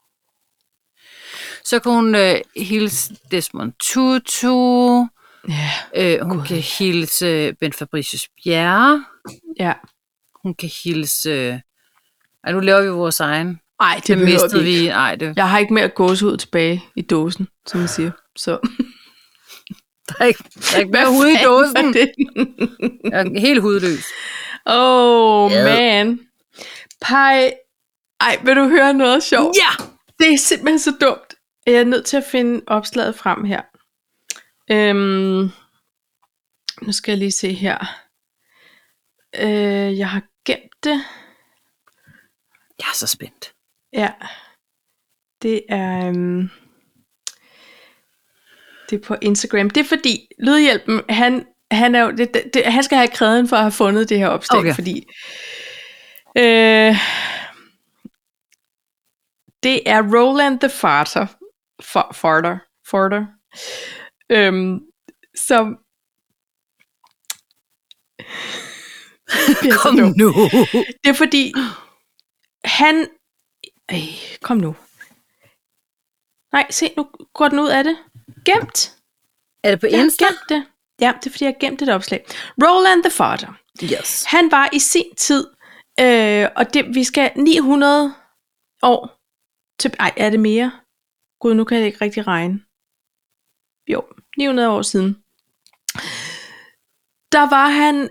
Så kan hun hilse Desmond Tutu. Ja. Hun kan hilse Ben Fabricius Bjerre. Ja. Hun kan hilse... nu laver vi vores egen. Ej, det mistede vi ikke. Jeg har ikke mere gåsehud tilbage i dåsen, som man siger. Så. Der er ikke mere hud i dåsen. Jeg er helt hudløs. Man. Pej. Ej, vil du høre noget sjovt? Ja! Det er simpelthen så dumt. Jeg er nødt til at finde opslaget frem her. Nu skal jeg lige se her. Jeg har gemt det. Jeg er så spændt. Ja. Det er... det er på Instagram. Det er fordi, Lydhjælpen, han er jo... han skal have kredden for at have fundet det her opslag, okay. Fordi... det er Roland the Farter. Farter. Som... Kom nu. Det er fordi, han... kom nu. Nej, se, nu går den ud af det. Gemt. Er det på Insta? Jeg har gemt det. Ja, det er fordi, jeg har gemt et opslag. Roland the Farter. Yes. Han var i sin tid, og det, vi skal 900 år til... Ej, er det mere? Gud, nu kan jeg ikke rigtig regne. Jo, 900 år siden. Der var han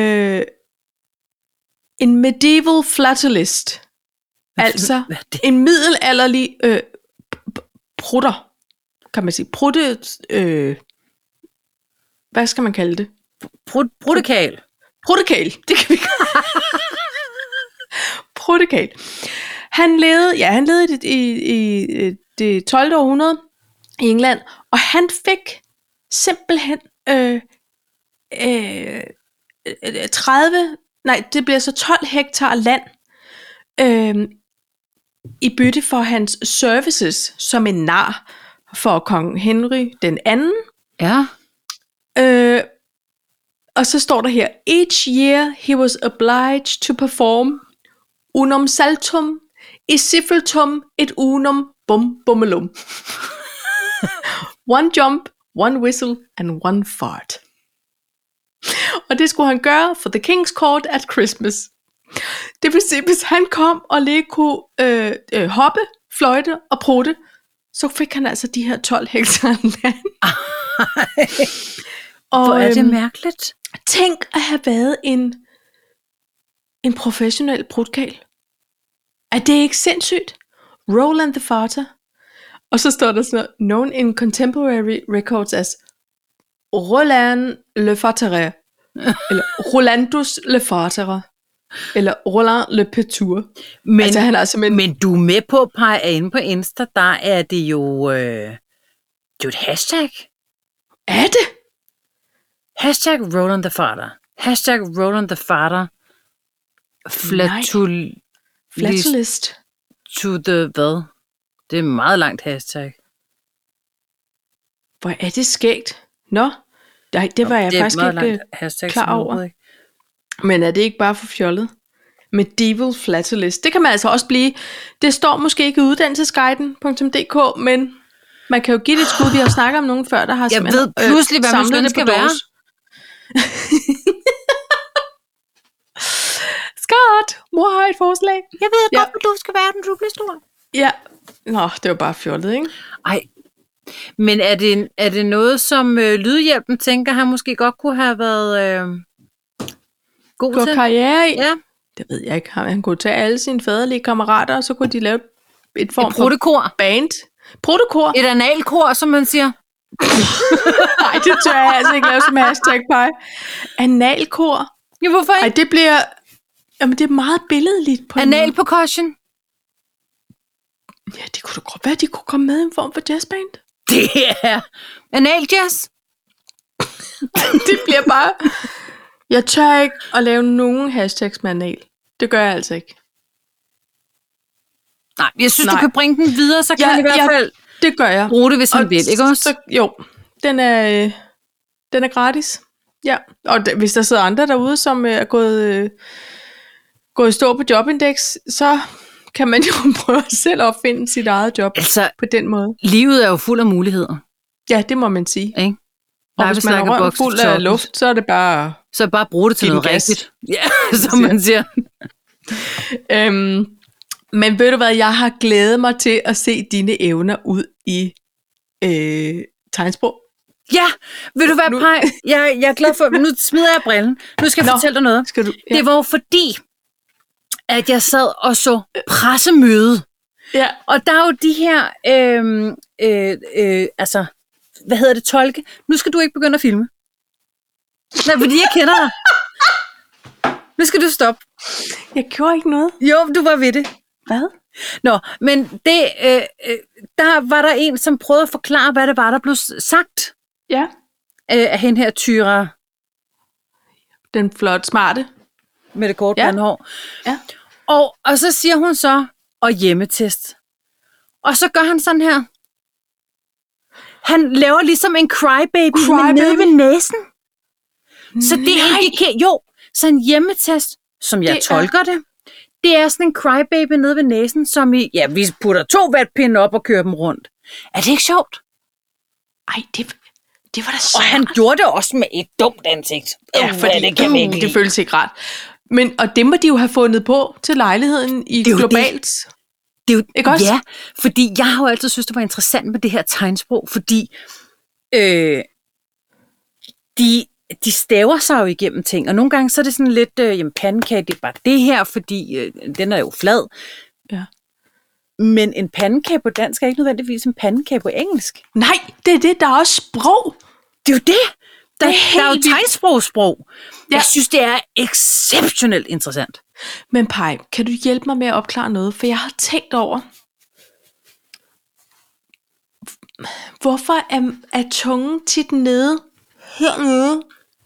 en medieval flautist. Altså en middelalderlig prutter, kan man sige. Hvad skal man kalde det? Pruttekal. Pruttekal, det kan vi Pruttekal. Han levede i det 12. århundrede i England, og han fik simpelthen 12 hektar land i bytte for hans services som en nar for kong Henry den anden. Ja. Og så står der her, each year he was obliged to perform unum saltum, isifiltum et unum bum bummelum. One jump, one whistle and one fart. Og det skulle han gøre for the King's Court at Christmas. Det vil sige, hvis han kom og lige kunne hoppe, fløjte og prutte, så fik han altså de her 12 hektar land. Og, hvor er det mærkeligt. Tænk at have været en professionel prutkal. Er det ikke sindssygt? Roland the Farter. Og så står der sådan noget, known in contemporary records as Roland le Farterer, eller Rolandus le Farterer, eller Roland le Petur. Men, altså, han er simpelthen... men du er med på, Paj, inde på Insta, der er det jo et hashtag. Er det? Hashtag Roland the Farter. Hashtag Roland the Farter. Flatulist. To the hvad? Det er et meget langt hashtag. Hvor er det skægt. Nå, det var jeg faktisk ikke klar over. Ikke? Men er det ikke bare for fjollet? Medieval flatulist. Det kan man altså også blive. Det står måske ikke i uddannelsesguiden.dk, men man kan jo give det et skud. Vi har snakket om nogen før, der har jeg ved pludselig, hvad man skal være. Scott, mor har et forslag. Jeg ved godt, du skal være den, du bliver stor. Ja. Nå, det var bare fjollet, ikke? Ej. Men er det noget, som Lydhjælpen tænker, han måske godt kunne have været god til? Karriere i? Ja. Det ved jeg ikke. Han kunne tage alle sine faderlige kammerater, og så kunne de lave et et form Et protekor. band. Protekor? Et analkor, som man siger. Nej, det tør jeg altså ikke lave som hashtag, Paj. Analkor? Ja, hvorfor ikke? Ej, det bliver... Jamen, det er meget billedligt på en Anal måde. percussion. Ja, det kunne da godt være, at de kunne komme med i en form for jazzband. Det er anal jazz. Det bliver bare... Jeg tør ikke at lave nogen hashtags med anal. Det gør jeg altså ikke. Nej, jeg synes, du kan bringe den videre, så kan han i hvert fald det gør jeg. bruge det, hvis han vil, ikke også? Så, jo, den er gratis. Ja, og hvis der sidder andre derude, som er gået i stå på Jobindex, så kan man jo prøve selv at finde sit eget job Altså, på den måde. livet er jo fuld af muligheder. Ja, det må man sige. Ikke? Og hvis man er røven fuld af luft, så er det bare... Så bare bruge det til noget rigtigt. Ja, som man siger. Men ved du hvad, jeg har glædet mig til at se dine evner ud i tegnsprog. Ja, vil du være Paj? Jeg er glad for... Nu smider jeg brillen. Nu skal jeg fortælle dig noget. Skal du? Ja. Det var jo fordi, at jeg sad og så pressemøde. Ja. Og der er jo de her... altså, hvad hedder det? Tolke. Nu skal du ikke begynde at filme. Nej, fordi jeg kender dig. Nu skal du stoppe. Jeg gjorde ikke noget. Jo, du var ved det. Hvad? Nå, men det, der var der en, som prøvede at forklare, hvad det var, der blev sagt Ja. af hende her Tyra. Den flot, smarte. Med det korte bandhår. Ja. Og så siger hun så, og hjemmetest. Og så gør han sådan her. Han laver ligesom en crybaby nede ved næsen. Så det indikerer, jo, så en hjemmetest, som jeg tolker det, det er sådan en crybaby nede ved næsen, som i, ja, vi putter 2 vatpinde op og kører dem rundt. Er det ikke sjovt? Ej, det var da så. Og han gjorde det også med et dumt ansigt. Ja, fordi det føles ikke rart. Men, og det må de jo have fundet på til lejligheden i globalt. Det er jo, ikke også? Ja, fordi jeg har jo altid synes, det var interessant med det her tegnsprog, fordi de staver sig jo igennem ting, og nogle gange så er det sådan lidt, jamen pandekage, det er bare det her, fordi den er jo flad. Ja. Men en pandekage på dansk er ikke nødvendigvis en pandekage på engelsk. Nej, det er det, der er også sprog. Det er jo det. Der er jo tegnsprog. Ja. Jeg synes, det er exceptionelt interessant. Men Paj, kan du hjælpe mig med at opklare noget? For jeg har tænkt over, hvorfor er tungen tit nede, hernede,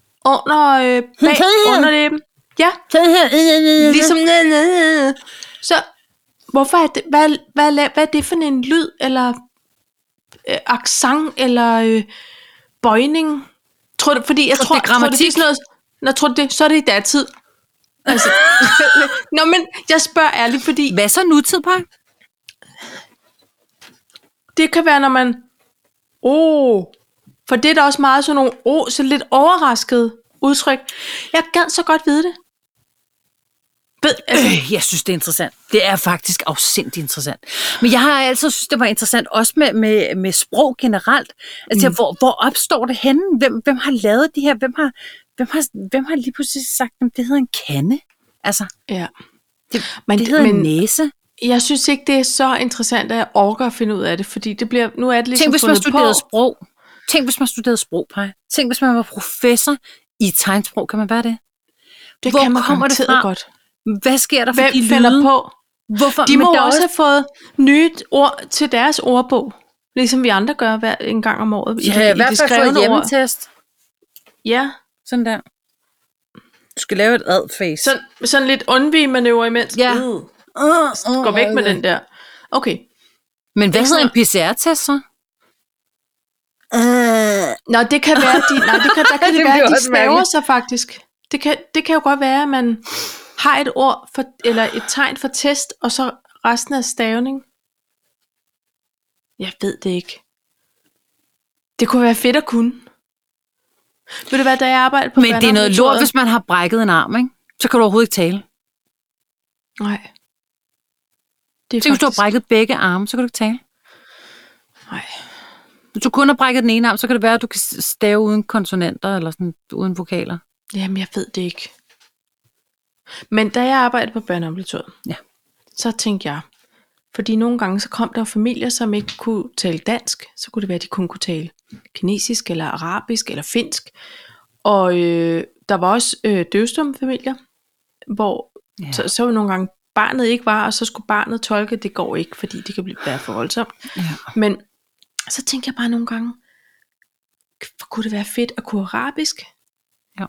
under læben? Ja, ligesom nede. Så hvorfor er det, hvad er det for en lyd, eller accent, eller bøjning? Tror du, fordi jeg tror, det er grammatik. Tror du det, så er det i datid. Altså, nå, men jeg spørger ærligt, fordi... Hvad så nutid, Paj? Det kan være, når man... For det er da også meget sådan nogle... så lidt overrasket udtryk. Jeg gad så godt vide det. Jeg synes, det er interessant. Det er faktisk afsindigt interessant. Men jeg har altid synes, det var interessant, også med sprog generelt. Altså, hvor opstår det henne? Hvem har lavet de her? Hvem har lige pludselig sagt, at det hedder en kande? Altså, ja. Det hedder en næse. Jeg synes ikke, det er så interessant, at jeg orker at finde ud af det, fordi det bliver, nu er det ligesom Tænk, hvis man studerede på. Sprog. Tænk, hvis man studerede sprog, Paj. Tænk, hvis man var professor i tegnsprog. Kan man være det? Det kan man garanteret godt. Hvad sker der for Hvem de finder lyde? på? Hvorfor? De må også have fået nye ord til deres ordbog, ligesom vi andre gør en gang om året. Ja, i hvert fald fået hjemmetest. Ja. Sådan der. Du skal lave et ad-face. Sådan lidt undvig-manøvre imens. Ja. Gå væk med den der. Okay. Men hvad hedder en PCR-test så? Nå, det kan være, der kan det være, at de staver sig faktisk. Det kan jo godt være, at man har et ord for, eller et tegn for test, og så resten af stavning. Jeg ved det ikke. Det kunne være fedt at kunne. Ved du hvad, da jeg arbejdede på Men det er noget lort, hvis man har brækket en arm, ikke? Så kan du overhovedet ikke tale. Nej. Så hvis du har brækket begge arme, så kan du ikke tale. Nej. Hvis du kun har brækket den ene arm, så kan det være, at du kan stave uden konsonanter, eller sådan, uden vokaler. Jamen, jeg ved det ikke. Men da jeg arbejdede på børneambulatoriet, så tænkte jeg, Fordi nogle gange så kom der familier, som ikke kunne tale dansk. Så kunne det være, at de kun kunne tale kinesisk, eller arabisk, eller finsk. Og der var også døvstumme familier, hvor så nogle gange barnet ikke var, og så skulle barnet tolke. Det går ikke, fordi det kan være for voldsomt. Ja. Men så tænker jeg bare nogle gange, kunne det være fedt at kunne arabisk? Ja.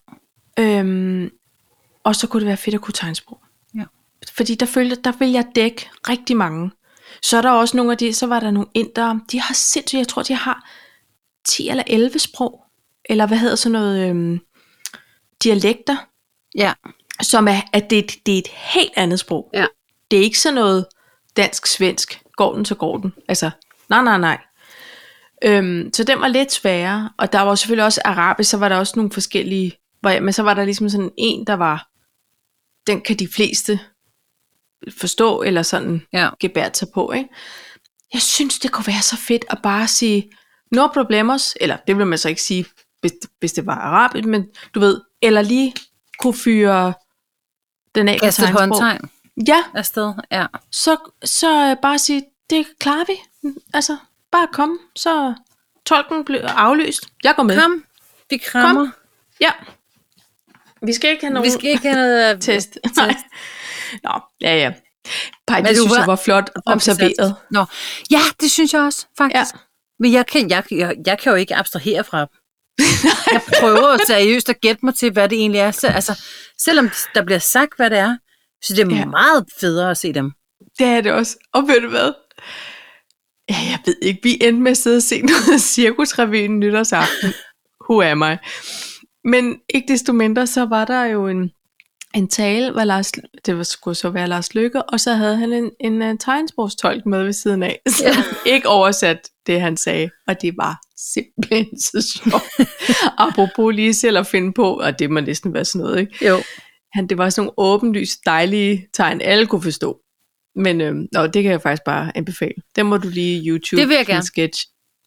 Og så kunne det være fedt at kunne tegnsprog. Ja. Fordi der vil jeg dække rigtig mange. Så er der også nogle af de, så var der nogle indere, de har sindssygt, jeg tror de har 10 eller 11 sprog, eller hvad hedder sådan noget, dialekter, Ja. som er, at det er et helt andet sprog. Ja. Det er ikke sådan noget dansk-svensk, går den, så går den. Altså, nej. Så den var lidt sværere, og der var selvfølgelig også arabisk, så var der også nogle forskellige, men så var der ligesom sådan en, der var, den kan de fleste forstå, eller sådan gebært sig på, ikke? Jeg synes, det kunne være så fedt at bare sige, no problemos, eller det vil man så ikke sige, hvis det var arabisk, men du ved, eller lige kunne fyre den af på Kaste et tegnsprog. håndtegn Ja, afsted. Ja. så bare sige, det klarer vi. Altså, bare kom, så tolken blev aflyst. Jeg går med. Kom, vi krammer. Kom. Ja. Vi skal ikke have nogen test. Nå, ja. Pej, det synes jeg var flot observeret. Nå. Ja, det synes jeg også, faktisk. Ja. Men jeg kan jo ikke abstrahere fra dem. Jeg prøver seriøst at gætte mig til, hvad det egentlig er. Så, altså, selvom der bliver sagt, hvad det er, så det er meget federe at se dem. Det er det også. Og ved du hvad? Ja, jeg ved ikke. Vi endte med at sidde og se noget Cirkusrevyen nytårsaften. Who am I? Men ikke desto mindre, så var der jo en tale, hvor skulle så være Lars Løkke, og så havde han en tegnsprogstolk med ved siden af, så ikke oversat det, han sagde, og det var simpelthen så sjovt. Apropos lige selv at finde på, og det må næsten være sådan noget, ikke? Jo. Det var sådan nogle åbenlyst dejlige tegn, alle kunne forstå. Men det kan jeg faktisk bare anbefale. Den må du lige YouTube. Det vil jeg gerne. Sketch.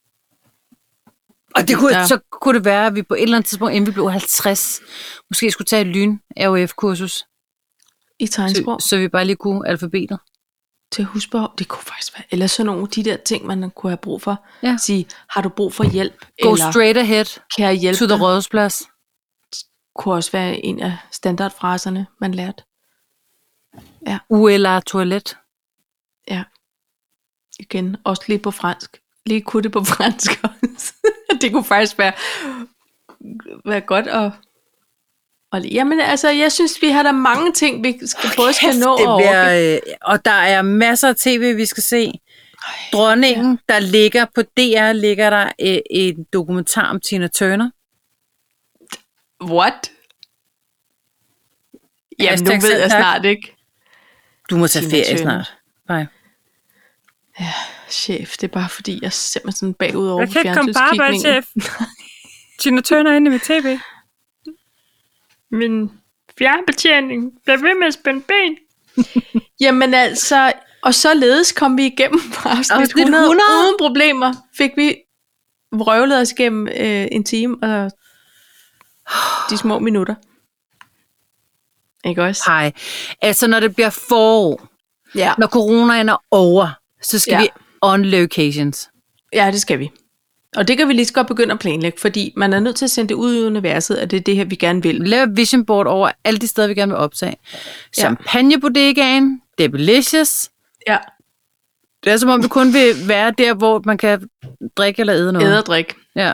Og så kunne det være, at vi på et eller andet tidspunkt, inden vi blev 50, måske skulle tage et lyn-AOF-kursus. I tegnsprog. Så vi bare lige kunne alfabetet. Til husbehov. Det kunne faktisk være. Eller sådan nogle af de der ting, man kunne have brug for. Ja. Sige, har du brug for hjælp? Go eller straight ahead kan jeg hjælpe to the dig? rådhusplads. Kunne også være en af standardfraserne, man lærte. Ja. Où est la toilette? Ja. Igen, også lige på fransk. Lige kunne det på fransk også. Det kunne faktisk være godt at jamen altså, jeg synes, vi har der mange ting, vi skal nå over. Og der er masser af tv, vi skal se. Dronningen, der ligger på DR, ligger der en dokumentar om Tina Turner. What? Jamen, nu ved jeg snart ikke. Du må tage ferie snart. Nej. Ja, chef, det er bare fordi, jeg er simpelthen sådan bagud over jeg kan ikke komme på arbejde, chef. Tina Turner inde i mit tv. Min fjernbetjening bliver ved med at spænde ben. Jamen altså, og således kom vi igennem afsnit 100 uden problemer. Fik vi vrøvlet os igennem en time og de små minutter. Ikke også? Nej, altså når det bliver forår, når coronaen er over, så skal vi on locations. Ja, det skal vi. Og det kan vi lige så godt begynde at planlægge, fordi man er nødt til at sende det ud i universet, at det er det her, vi gerne vil. Lav et vision board over alle de steder, vi gerne vil optage. Champagnebodegaen, Delicious. Ja. Det er som om, vi kun vil være der, hvor man kan drikke eller æde noget. Æde og drikke. Ja.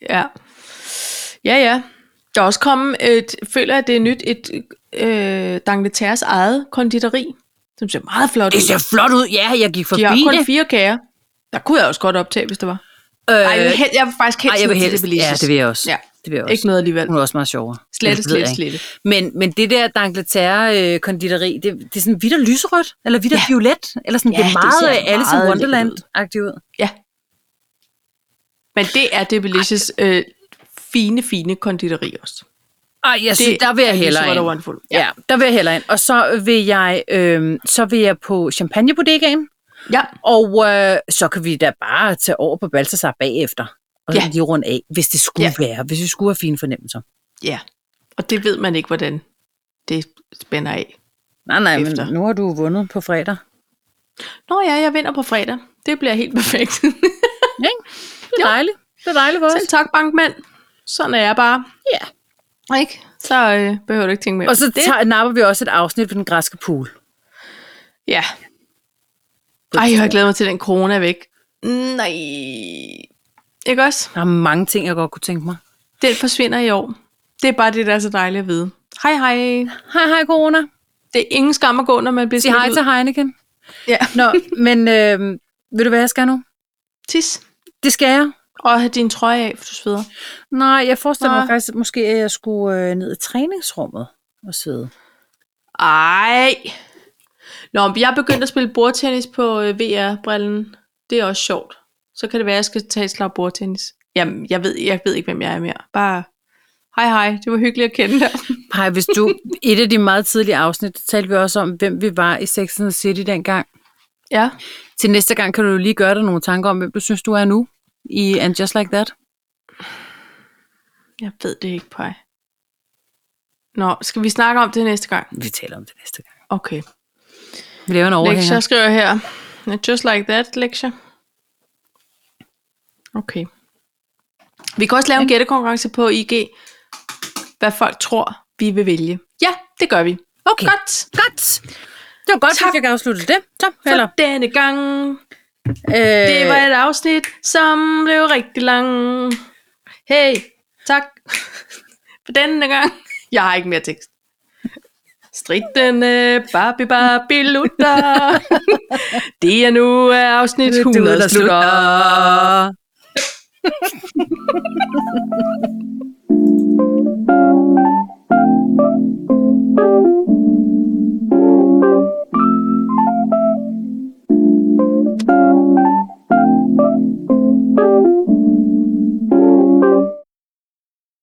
Ja. Der er også kommet føler at det er nyt, d'Angleterres eget konditori, som ser meget flot ud. Det ser flot ud, ja, jeg gik forbi det. De har kun 4 kager. Der kunne jeg også godt optage, hvis det var. Jeg vil faktisk helst til Ja, det vil jeg også. Ja. Det vil jeg også. Ikke noget alligevel. Hun er også meget sjovere. Slette. Men det der d'Angleterre konditori, det er sådan hvidt og lyserødt, eller hvidt og violet, eller sådan, det er meget Alice in Wonderland-agtigt ud. Ja. Men det er Delicious fine konditori også. Der vil jeg hellere ind. Ja, der vil jeg hellere ind. Og så vil jeg på Champagnebodegaen. Ja. Og så kan vi da bare tage over på Balthazar bagefter. Og lige rundt af, hvis det skulle være. Hvis vi skulle have fine fornemmelser. Ja, og det ved man ikke, hvordan det spænder af. Nej, men nu har du vundet på fredag. Nå ja, jeg vinder på fredag. Det bliver helt perfekt. Ja, det er dejligt. Det er dejligt for os. Selv tak, bankmand. Sådan er jeg bare. Ja. Ikke? Så behøver du ikke tænke mere. Og så napper vi også et afsnit på den græske pool. Ja. Ej, jeg har glædet mig til, den corona er væk. Nej. Ikke også? Der er mange ting, jeg godt kunne tænke mig. Den forsvinder i år. Det er bare det, der er så dejligt at vide. Hej, hej. Hej, hej, corona. Det er ingen skam at gå, når man bliver Sig hej til Heineken. Ja. Nå, men ved du, hvad jeg skal nu? Tis. Det skal jeg. Og have din trøje af, for du sveder. Nej, jeg forestiller mig faktisk, måske, at jeg skulle ned i træningsrummet og svede. Ej. Nå, jeg er begyndt at spille bordtennis på VR-brillen. Det er også sjovt. Så kan det være, at jeg skal tage et slag bordtennis. Jamen, jeg ved ikke, hvem jeg er mere. Bare, hej, det var hyggeligt at kende dig. Hej, hvis du... Et af de meget tidlige afsnit, talte vi også om, hvem vi var i Sex and the City dengang. Ja. Til næste gang kan du lige gøre dig nogle tanker om, hvem du synes, du er nu i And Just Like That. Jeg ved det ikke, Paj. Nå, skal vi snakke om det næste gang? Vi taler om det næste gang. Okay. Vi laver en overhænger. Lektier skriver her. Just Like That, lektier. Okay. Vi kan også lave en gættekonkurrence på IG, hvad folk tror, vi vil vælge. Ja, det gør vi. Okay. Godt. Det var godt, at jeg kan afslutte det. Så, For denne gang. Det var et afsnit, som blev rigtig lang. Hey, tak for denne gang. Jeg har ikke mere tekst. Strittende Barbie lutter. Det er nu afsnit 100 slutter.